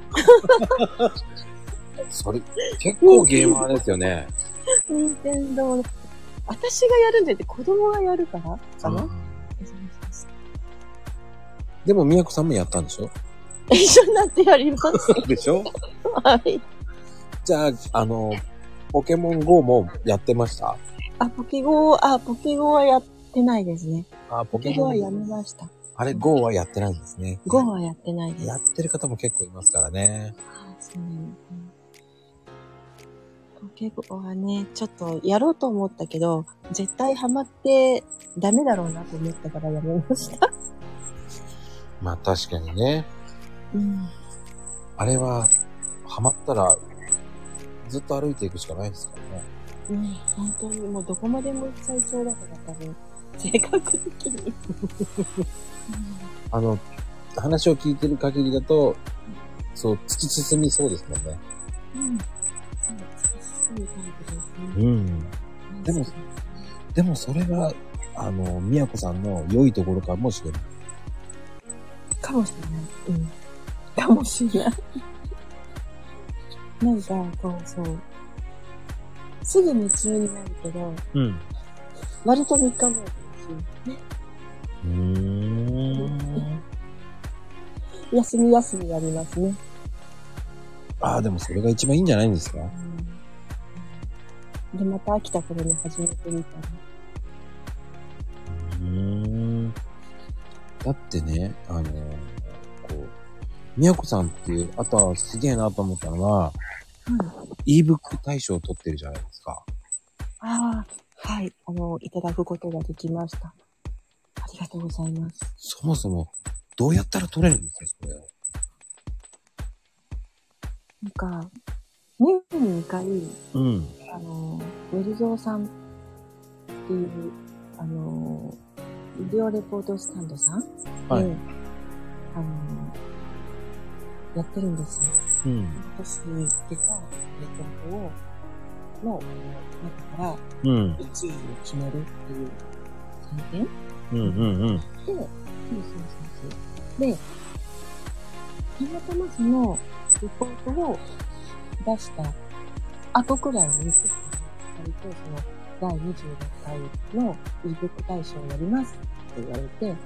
それ、結構ゲーマーですよね。 任天堂の。私がやるんじゃなくて子供がやるからかな、うん、 でも、みやこさんもやったんでしょ？ 一緒になってやります。 でしょ？ はい。 じゃあ、あの、ポケモン ゴー もやってました？ あ、ポケゴー、あ、ポケゴーはやってないですね。 あ、ポケゴーはやめました。 あれ、ゴー はやってないんですね。 ゴー はやってないです。 やってる方も結構いますからね。 あ、そうなんですね。ポケゴーはね、ちょっとやろうと思ったけど、絶対ハマってダメだろうなと思ったからやめました。 まあ確かにね。 うん。 あれは、ハマったら、ずっと歩いていくしかないですからね。 うん、本当にもうどこまでも行っちゃいそうだから多分、性格的に。 あの、話を聞いてる限りだと、そう、突き進みそうですもんね。 うん。そう、突き進むタイプですね。 うん。でも、でもそれが、あの、みやこさんの良いところかもしれない。 かもしれない。うん。かもしれない。なんか、こう、そう。すぐ夢中になるけど、 うん。 割と三日もですね。 うーん。 休み休みやりますね。 ああ、でもそれが一番いいんじゃないんですか？ うん、で、また飽きた頃に始めてみたら。 うーん。だってね、あの、こう、みやこさんっていう、あとはすげえなと思ったのは、イーブック 大賞を取ってるじゃないですか。 ああ、はい。あの、いただくことができました。ありがとうございます。 そもそも、どうやったら取れるんですか、それ。 なんか、年ににかい、 うん。 あの、ウェルゾーさんっていう、あの、ビデオレポートスタンドさんで、はい、あの、やってるんですよ。 うん。 私に出たレポートを、の中から、 うん。 いちいを決めるっていう採点、 うんうんうん。で、 そうそうそうそう。で、たまたまそのレポートを出した後くらいに、割とそのだいにじゅうろっかいの イーブック 大賞をやりますって言われて、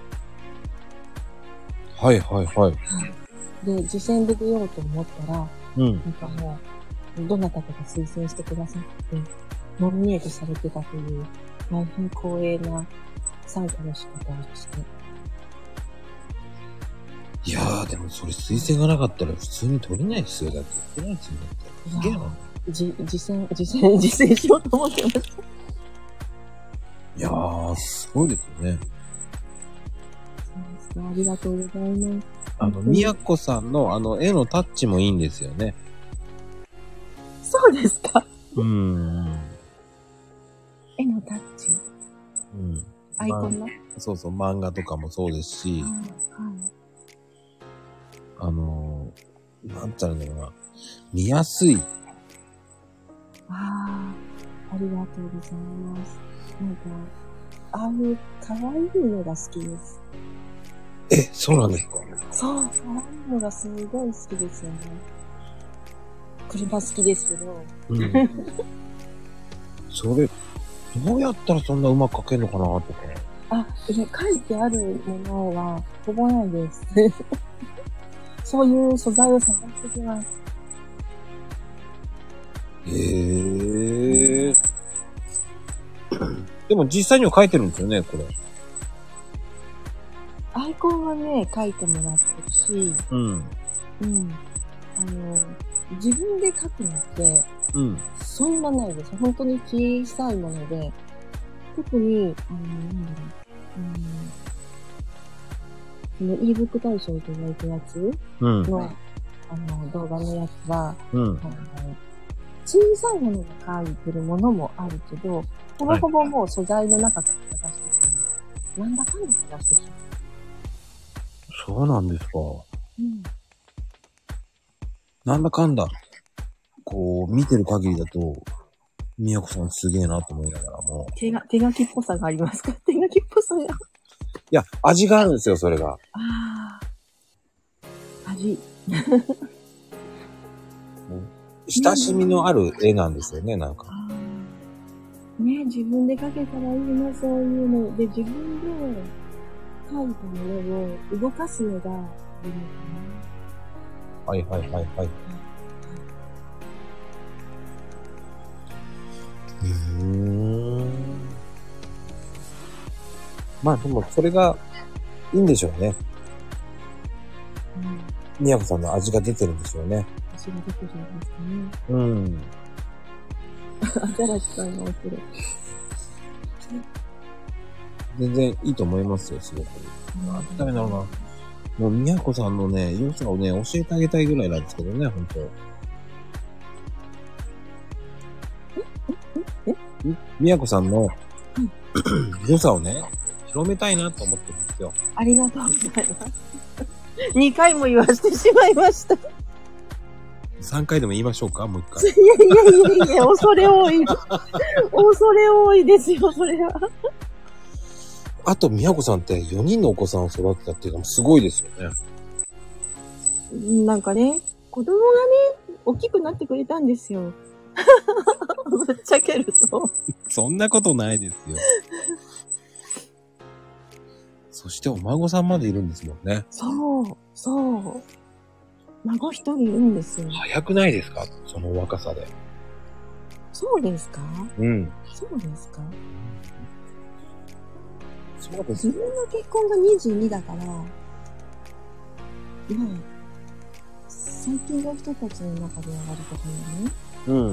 はいはいはい。 で、受選で出ようと思ったら、 うん。 なんかもう、どなたかが推薦してくださって、ノミネートされてたという、大変光栄な参加の仕方をして。 いやー、でもそれ推薦がなかったら普通に取れないですよ。だって取れないですよ。だって。すげえな。 じ、実践、実践、実践しようと思ってました。 いやー、すごいですよね。 ありがとうございます。 あの、みやこさんのあの絵のタッチもいいんですよね。 そうですか？ うーん。 絵のタッチ。 うん。 アイコンの、ま、 そうそう、漫画とかもそうですし、はい。あの、なんて言ったらいいんだろうな。見やすい。 ああ、ありがとうございます。なんか、ああいう可愛いのが好きです。 え、そうなんですか？ そう、可愛いのがすごい好きですよね。車好きですけど。うん。 それ、どうやったらそんなうまく描けるのかなとか。 あ、いや、書いてあるものはほぼないです。そういう素材を探してきます。 へえ。でも実際には書いてるんですよね、これ。 アイコンはね、書いてもらってるし、 うん。 うん。あの、自分で書くのって、 うん。 そんなないです。本当に小さいもので、特に、あの、なんだろう、うん、その ebook 大賞と言われたやつうん。 の、あの、動画のやつは、 うん。 あの小さいものが書いてるものもあるけど、ほぼほぼもう素材の中から探してきてる。なんだかんだ探してきてる。 そうなんですか。 うん。 なんだかんだ、こう、見てる限りだと、みやこさんすげえなと思いながらも。 手が、手書きっぽさがありますか？手書きっぽさが。いや、味があるんですよ、それが。 ああ。味。 親しみのある絵なんですよね、なんか。 ね、自分で描けたらいいな、そういうの。で、自分で描いたものを動かすのがいいのかな。 はいはいはいはい。うーん。まあでもそれがいいんでしょうね。うん。みやこさんの味が出てるんでしょうね。 味が出てるんですかね。 うん。 アザラシさんが起きる。 全然いいと思いますよ、すごく。あ、ダメだろうな。もうみやこさんのね、良さをね、教えてあげたいぐらいなんですけどね、ほんと。 ええみやこさんの良さをね、広めたいなと思ってるんですよ。 ありがとうございます。にかいも言わせてしまいました。 さんかいでも言いましょうか、もういっかい。 いやいやいやいや、恐れ多い。恐れ多いですよ、それは。 あと、みやこさんってよにんのお子さんを育てたっていうのもすごいですよね。 なんかね、子供がね、大きくなってくれたんですよ。ぶっちゃけると。 そんなことないですよ。そしてお孫さんまでいるんですもんね。 そう、そう。孫一人いるんですよ。 早くないですか？その若さで。 そうですか？ うん。 そうですか？ そうです。 自分の結婚がにじゅうにだから、まあ、最近の人たちの中では割と早いね。 うん。うん。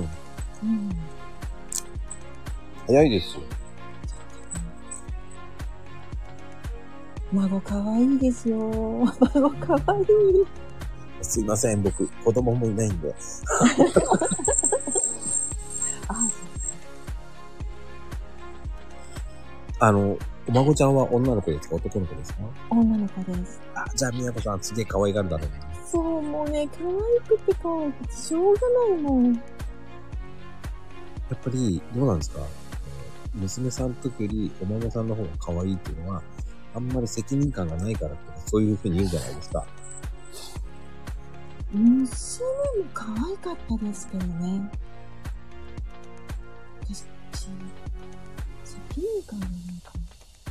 早いですよ。 孫かわいいですよ。孫かわいい。 すいません、僕、子供もいないんで。 あ、そうあの、お孫ちゃんは女の子ですか？男の子ですか？ 女の子です。 あ、じゃあ、みやこさん、すげえ可愛がるだろうな。 そう、もうね、可愛くて可愛くてしょうがないもん。 やっぱり、どうなんですか？娘さんとよりお孫さんの方が可愛いっていうのは、あんまり責任感がないからって、そういう風に言うじゃないですか。 娘も可愛かったですけどね。私、責任感がないかも。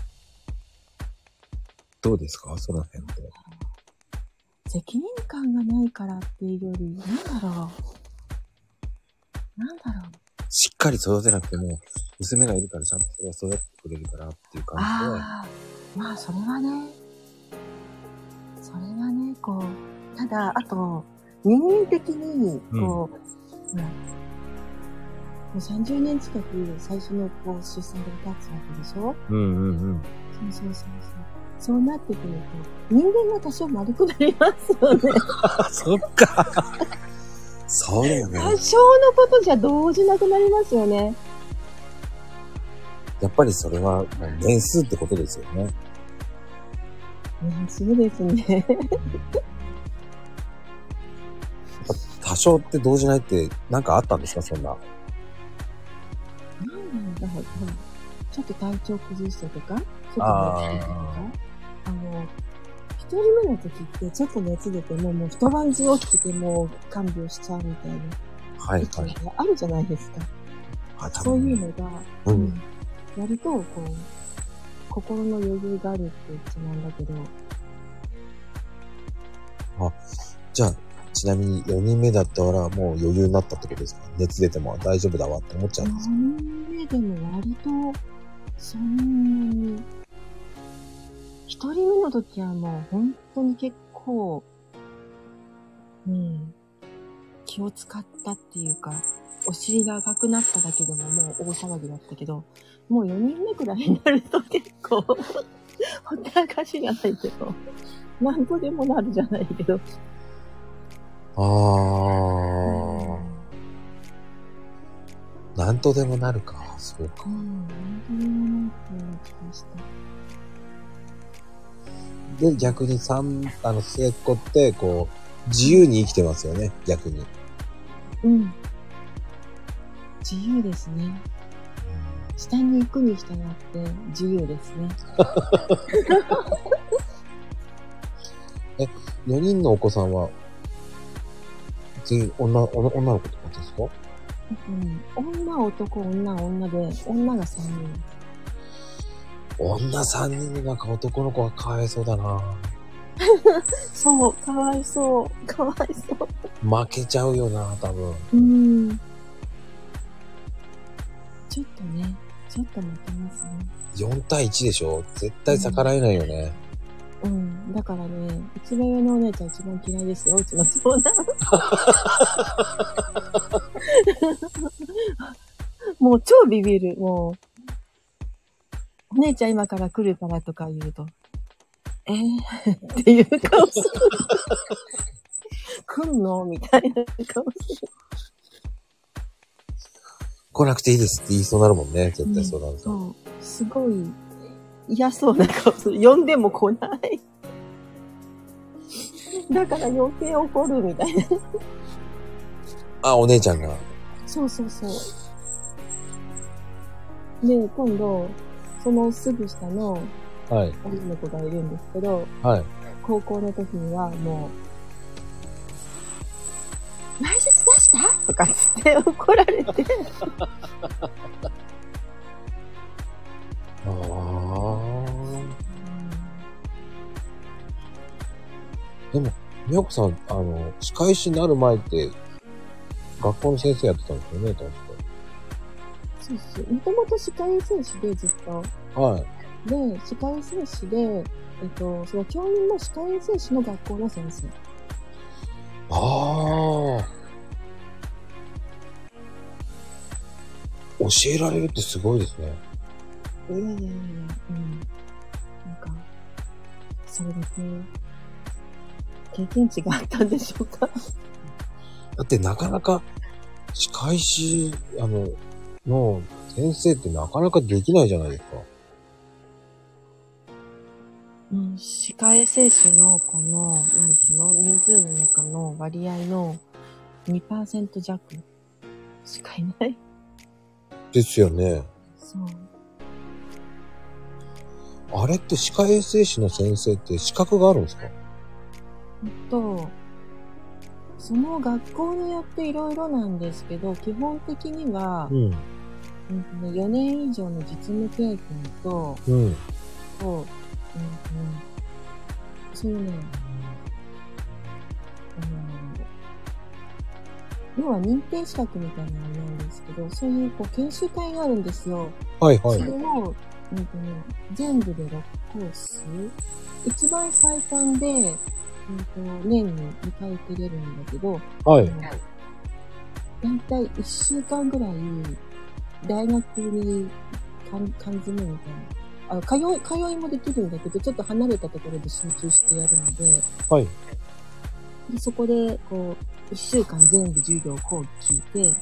どうですか？その辺って。 責任感がないからっていうより、なんだろう。なんだろう。 しっかり育てなくても、娘がいるからちゃんとそれは育ててくれるからっていう感じで。 ああ、まあそれはね、それはね、こう、ただ、あと、人間的に、こう、うん、ほら、もうさんじゅうねん近く最初のこう出産で経つわけでしょ？ うんうんうん。 そうそうそうそう。そうなってくると、人間が多少丸くなりますよね。 そっか。そうだよね。 多少のことじゃ動じなくなりますよね。 やっぱりそれは年数ってことですよね。 年数ですね。 多少って動じないって何かあったんですか？そんな。 なんだろう、ちょっと体調崩してとか、ちょっと熱出てとか、あの、一人目の時ってちょっと熱出てももう一晩中起きててもう看病しちゃうみたいな。 はいはい。 あるじゃないですか。 あ、 そういうのが、 うん、 やると、こう、心の余裕があるって言っちゃなんだけど。 あ、じゃあ、 ちなみによにんめだったらもう余裕になったってことですか？熱出ても大丈夫だわって思っちゃうんですか？ よにんめでも割と、そんなに、ひとりめの時はもう本当に結構、うん、気を使ったっていうか、お尻が赤くなっただけでももう大騒ぎだったけど、もうよにんめくらいになると結構、ほったらかしじゃないけど、なんとでもなるじゃないけど。 あー、なんとでもなるか、そうか。 うん、なんとでもなるっていう気がした。 で、逆に三、あの、末っ子って、こう、自由に生きてますよね、逆に。 うん。自由ですね。下に行くに従って自由ですね。 え、よにんのお子さんは、全員女、女女の子ってことですか？ うん。女、男、女、女で、女がさんにん。 女さんにんになんか男の子がかわいそうだな。 そう、かわいそう。かわいそう。 負けちゃうよな、多分。 うーん。ちょっとね、ちょっと負けますね。 よん対いちでしょ？絶対逆らえないよね。 うん。うん、だからね、一番上のお姉ちゃん一番嫌いですよ、うちの長男。もう超ビビる、もう。お姉ちゃん今から来るからとか言うと、えー、っていう顔する。来んのみたいな顔する。 来なくていいですって言いそうになるもんね、絶対そうなると。 そう。すごい嫌そうな顔する。呼んでも来ない。だから余計怒るみたいな。 あ、お姉ちゃんが。 そうそうそう。で、今度、そのすぐ下のはい。 女の子がいるんですけど、 はい。 高校の時にはもう、内説出したとかつって怒られて。 ああ。でも、みやこさん、あの、歯科医師になる前って、学校の先生やってたんですよね、確か。 そうそう。もともと歯科衛生士でずっと。 はい。 で、歯科衛生士で、えっと、その教員も歯科衛生士の学校の先生。 ああ。教えられるってすごいですね。 いやいやいやいや、うん。なんか、それだけ、経験値があったんでしょうか。 だってなかなか、歯科医師、あの、の先生ってなかなかできないじゃないですか。 うん、歯科衛生士のこの、なんていうの、人数の中の割合の にパーセント 弱しかいない。 ですよね。 そう。 あれって歯科衛生士の先生って資格があるんですか？ えっと、その学校によっていろいろなんですけど、基本的には、 うん。 うん、よねん以上の実務経験と、 うん。 と、うん、そういうね、あの、要は認定資格みたいなのなんですけど、そういうこう研修会があるんですよ。 はいはい。 それを、うんとね、全部でろっコース。一番最短で、うんと、年ににかい受けれるんだけど、 はい。 だいたいいっしゅうかんぐらい、大学に缶詰みたいな。あの、通い、通いもできるんだけど、ちょっと離れたところで集中してやるので、 はい。 でそこで、こう、いっしゅうかん全部授業講義聞いて、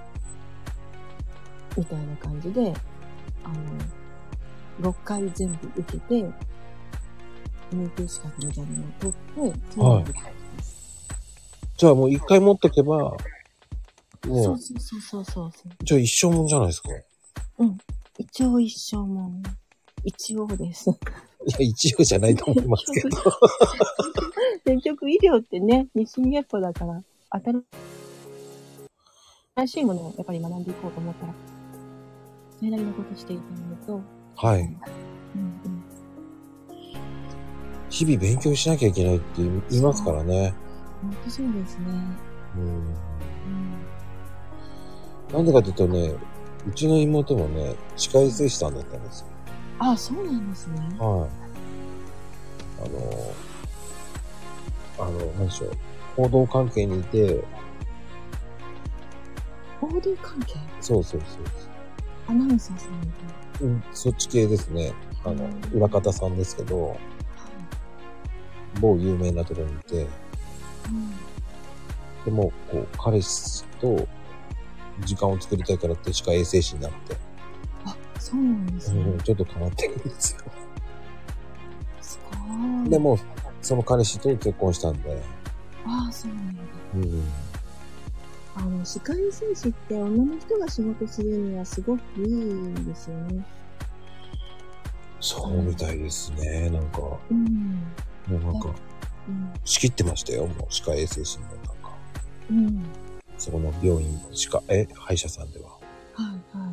みたいな感じで、あの、ろっかい全部受けて、認定資格みたいなのを取って、 はい。じゃあもう一回持っとけば、もう、 そうそうそうそうそう。 じゃあ一生もんじゃないですか。 うん。一応一生もん。一応です。 いや、一応じゃないと思いますけど。 結局医療ってね、日進月歩だから、新しいものをやっぱり学んでいこうと思ったら、それなりのことしていかないと。 はい。 うんうん、 日々勉強しなきゃいけないって言いますからね。 本当そうですね。 うん。 うん。 なんでかというとね、うちの妹もね、歯科衛生士さんだったんですよ。 ああ、そうなんですね。 はい。あの、あの、何でしょう。報道関係にいて、 報道関係？ そうそうそう。 アナウンサーさんみたいな。 うん、そっち系ですね。あの、裏方さんですけど、はい、某有名なところにいて、うん、でも、こう、彼氏と時間を作りたいからって歯科衛生士になって。 あ、そうなんですね。 うん、ちょっと変わってるんですよ。 すごい。 でも、その彼氏と結婚したんで。 ああ、そうなんだ。 うん。 あの、歯科衛生士って女の人が仕事するにはすごくいいんですよね。 そうみたいですね、なんか。うん。もうなんか、うん、仕切ってましたよ、もう歯科衛生士のなんか。うん。そこの病院、歯科、え、歯医者さんでは。 はいはい。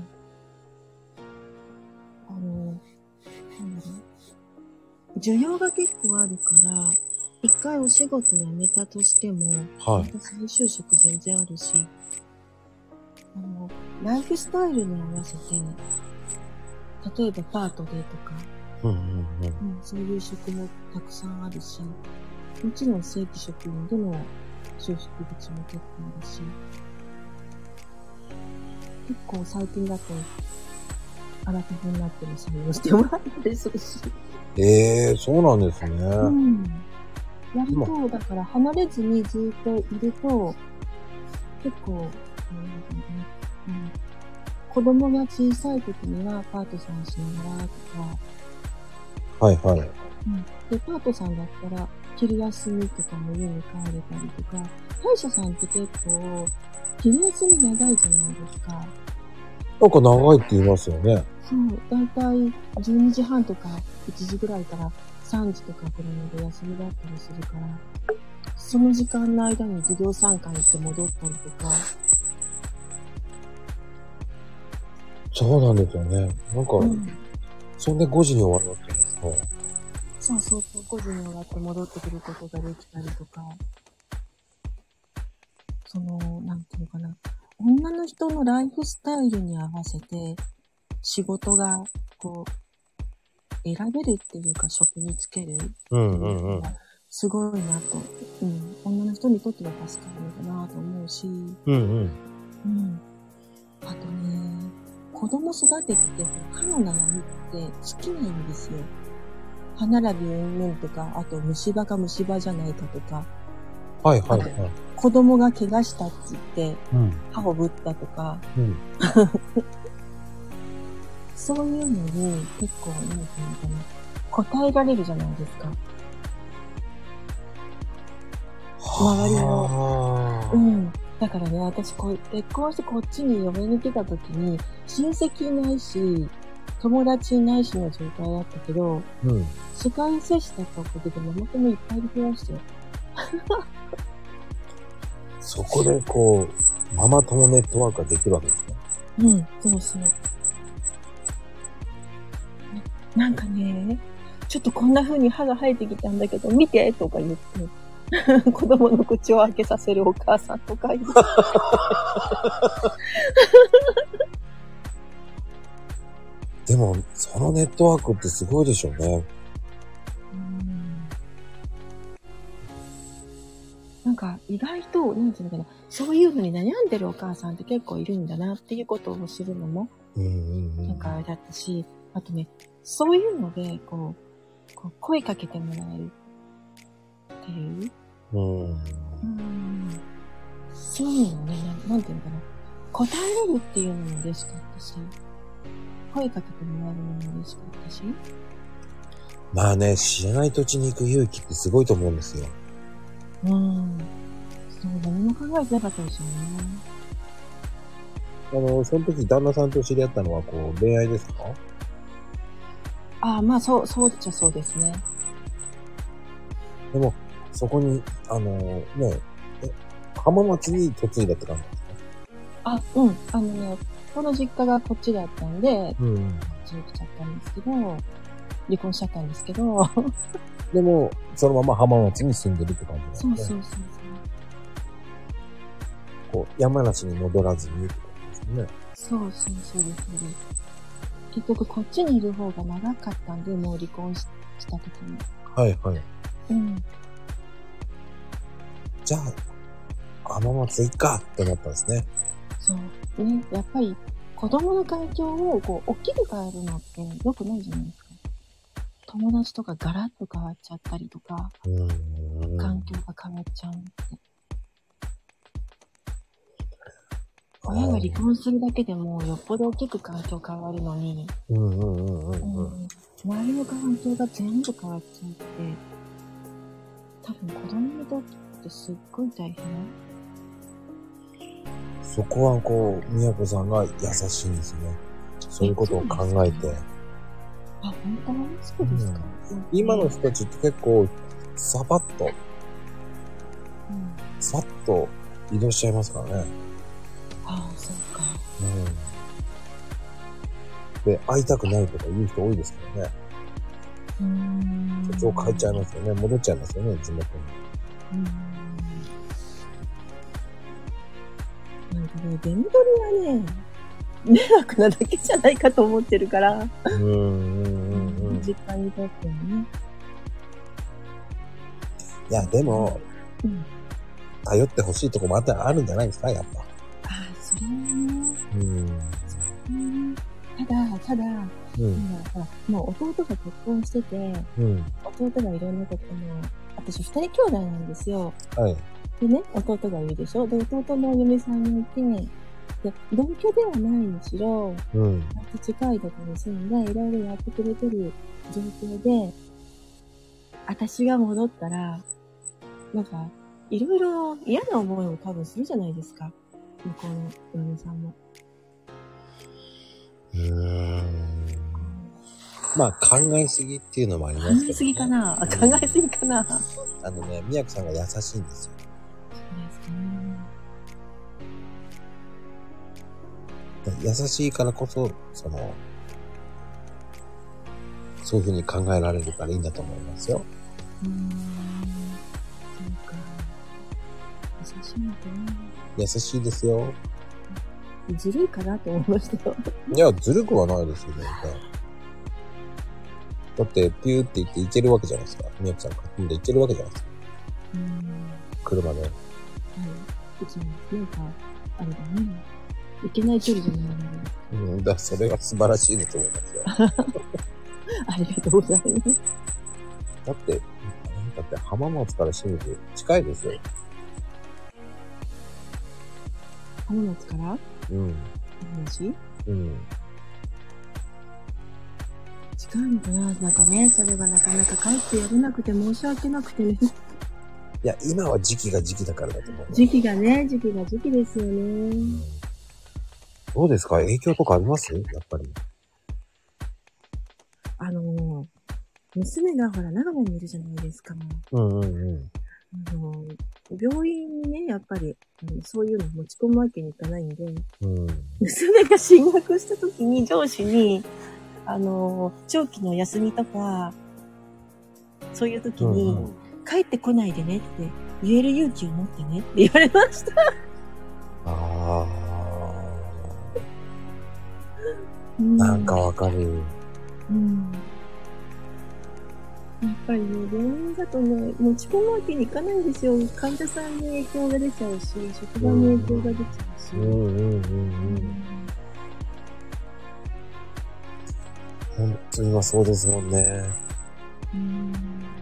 あの、なんだろう。需要が結構あるから、一回お仕事辞めたとしても、はい、また再就職全然あるし、あの、ライフスタイルに合わせて、例えばパートでとか、うんうんうんうん、そういう職もたくさんあるし、もちろん正規職員での就職口も結構あるし、結構最近だと、アラフィフになっても採用してもらったりするし。 ええー、そうなんですね。うん。 やると、だから離れずにずっといると、結構、うんうん、子供が小さい時にはパートさんしながらとか。はいはい。 うん。で、パートさんだったら、昼休みとかも家に帰れたりとか、歯医者さんって結構、昼休み長いじゃないですか。 なんか長いって言いますよね。 そう、だいたいじゅうにじはんとかいちじぐらいからさんじとかぐらいまで休みだったりするから、その時間の間に授業参観行って戻ったりとか。 そうなんですよね。なんか、うん、そんでごじに終わるわけですか。 そうそうそう、ごじに終わって戻ってくることができたりとか。その、なんていうのかな。女の人のライフスタイルに合わせて、仕事が、こう、選べるっていうか、職につけるっていうのが、すごいなと、うん、うん。女の人にとっては助かるのかなと思うし、うんうん。うん。あとね、子供育ててて、歯の悩みって尽きないんですよ。歯並びうんぬんとか、あと虫歯か虫歯じゃないかとか。 はいはいはい。 子供が怪我したって言って、うん、歯をぶったとか、うん、そういうのに結構、なんていうのかな、答えられるじゃないですか。周りの。うん。だからね、私こう、結婚してこっちに嫁に来た時に、親戚いないし、友達いないしの状態だったけど、うん、歯科衛生士だったことでママ友いっぱいいてましたよ。 そこでこう、ママ友ネットワークができるわけですね。 うん、そうそう。なんかね、ちょっとこんな風に歯が生えてきたんだけど、見てとか言って、子供の口を開けさせるお母さんとかいる。 でも、そのネットワークってすごいでしょうね。 なんか意外と、なんていうのかな、そういうのに悩んでるお母さんって結構いるんだなっていうことを知るのも、うんうんうん、なんかあれだったし、あとね、そういうので、こう、こう声かけてもらえるっていう。うん、うんそういうのねな、なんていうのかな、答えれるっていうのも嬉しかったし、声かけてもらえるのも嬉しかったし。 まあね、知らない土地に行く勇気ってすごいと思うんですよ。 うん。そう、何も考えてなかったですよね。 あの、その時旦那さんと知り合ったのは、こう、恋愛ですか？ ああ、まあ、そう、そうっちゃそうですね。 でも、そこに、あの、ね、え、浜松に嫁いだって感じですか？ あ、うん。あのね、この実家がこっちだったんで、うん、こっちに来ちゃったんですけど、離婚しちゃったんですけど。 でも、そのまま浜松に住んでるって感じなんですね。 そうそうそうこう、山梨に戻らずにってことですよね。 そうそうそうです、そうです。結局こっちにいる方が長かったんで、もう離婚しした時に。 はいはい。 うん。 じゃあ、浜松行っかって思ったんですね。 そう。ね、やっぱり子供の環境をこう、大きく変えるのって良くないじゃないですか。友達とかガラッと変わっちゃったりとか、 うーん。 環境が変わっちゃうって。親が離婚するだけでもよっぽど大きく環境変わるのに、 うんうんうんうんうん。 うん、周りの環境が全部変わっちゃうって、多分子供にとってすっごい大変。 そこはこう、みやこさんが優しいんですね。そういうことを考えて。 あ、本当にそうですか、 うん、今の人たちって結構、サバッと、うん、さっと移動しちゃいますからね。 ああ、そうか。 うん。で、会いたくないとか言う人多いですからね。 うーん。 土地を変えちゃいますよね。戻っちゃいますよね、地元に。 うーん。なんかね、出戻りはね、迷惑なだけじゃないかと思ってるから。うんうんうんうん。実家にとってはね。 いや、でも、うん、頼ってほしいとこもあったらあるんじゃないですか、やっぱ。 ああ、それはね。 うん。 うん、ただ、ただ、うん、ほら、もう弟が結婚してて、うん、弟がいろんなことも、私二人兄弟なんですよ。はい。でね、弟がいるでしょ。で、弟のお嫁さんがいて、で、同居ではないにしろ、うん。近いところに住んで、いろいろやってくれてる状況で、私が戻ったら、なんか、いろいろ嫌な思いを多分するじゃないですか。向こうのお嫁さんも。 うーん。まあ、考えすぎっていうのもありますけど、ね。 考えすぎかな、うん、考えすぎかなあのね、みやこさんが優しいんですよ。そうですね。優しいからこそ、その、そういうふうに考えられるからいいんだと思いますよ。うーん。そうか。優しいのかな。優しいですよ。 ずるいかなと思いましたよ。 いや、ずるくはないですよね。だって、ピューって言って行けるわけじゃないですか。みやこさんがんで行けるわけじゃないですか。うん。車で。はい。 うちも、なんか、あれだね。行けない距離じゃないので。うん、だそれが素晴らしいですと思いますよ。 ありがとうございます。 だって、だって浜松から清水近いですよ。 浜松から？うん。浜松？うん。近いのかな？なんかね、それがなかなか帰ってやれなくて申し訳なくてね。 いや、今は時期が時期だからだと思う。 時期がね、時期が時期ですよね。うん、 どうですか？影響とかあります？やっぱり。 あの、娘がほら、長野にいるじゃないですか。 うんうんうん。 あの、病院にね、やっぱり、うん、そういうの持ち込むわけにいかないんで、うん、娘が進学した時に上司に、あの、長期の休みとか、そういう時に、うんうん、帰ってこないでねって言える勇気を持ってねって言われました。ああ、なんかわかる。うん。 やっぱりね、病院だとね、持ち込むわけにいかないんですよ。患者さんに影響が出ちゃうし、職場に影響が出ちゃうし。うんうんうんうん。 本当にはそうですもんね。うん。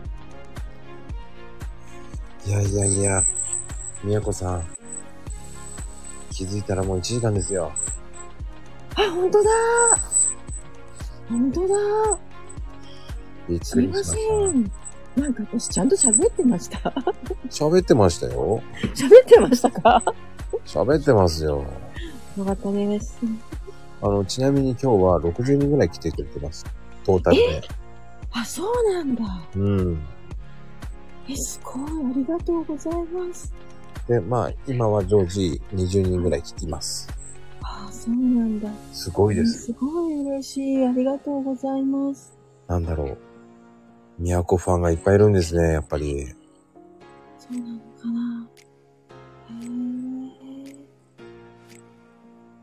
いやいやいや、みやこさん、気づいたらもういちじかんですよ。 あ、本当だー。本当だー。 びっくりしました。すいません。 なんか私ちゃんと喋ってました。 喋ってましたよ。 喋ってましたか？ 喋ってますよ。 よかったです。 あの、ちなみに今日はろくじゅうにんぐらい来てくれてます。トータルで。 あ、そうなんだ。 うん。 え、すごい。ありがとうございます。 で、まあ、今は常時にじゅうにんぐらい来ています。 ああ、そうなんだ。 すごいです。 すごい嬉しい。ありがとうございます。 なんだろう。宮古ファンがいっぱいいるんですね、やっぱり。 そうなのかな。へ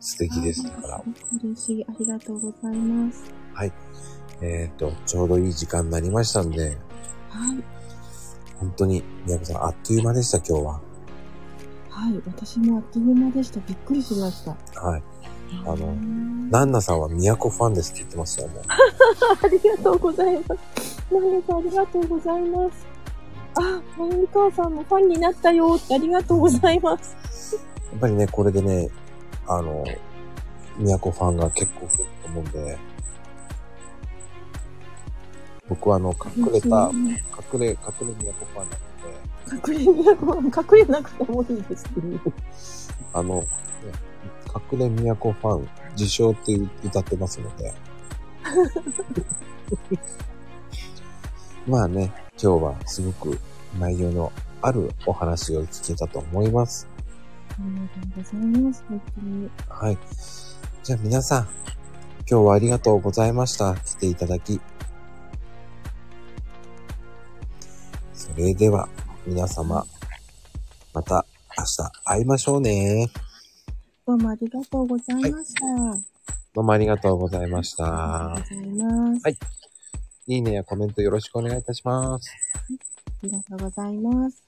素敵です。だから。 嬉しい。ありがとうございます。 はい。えっと、ちょうどいい時間になりましたんで。 はい。 本当に、宮子さん、あっという間でした、今日は。 はい。私もあっという間でした。びっくりしました。 はい。あの、ナンナさんは宮子ファンですって言ってますよ、もう。 ありがとうございます。ナンナさん、ありがとうございます。あ、マユミカワさんもファンになったよってありがとうございます。 やっぱりね、これでね、あの、宮子ファンが結構増えると思うんで、僕はあの、隠れた、隠れ、隠れ宮子ファンなので。隠れ宮子ファン、隠れなくてもいいですけど。 あの、ね、隠れ宮子ファン、自称って歌ってますので。まあね、今日はすごく内容のあるお話を聞けたと思います。 ありがとうございます、本当に。 はい。じゃあ皆さん、今日はありがとうございました。来ていただき。それでは、皆様、また明日会いましょうね。 どうもありがとうございました。はい、 どうもありがとうございました。 ありがとうございます。 はい。いいねやコメントよろしくお願いいたします。 ありがとうございます。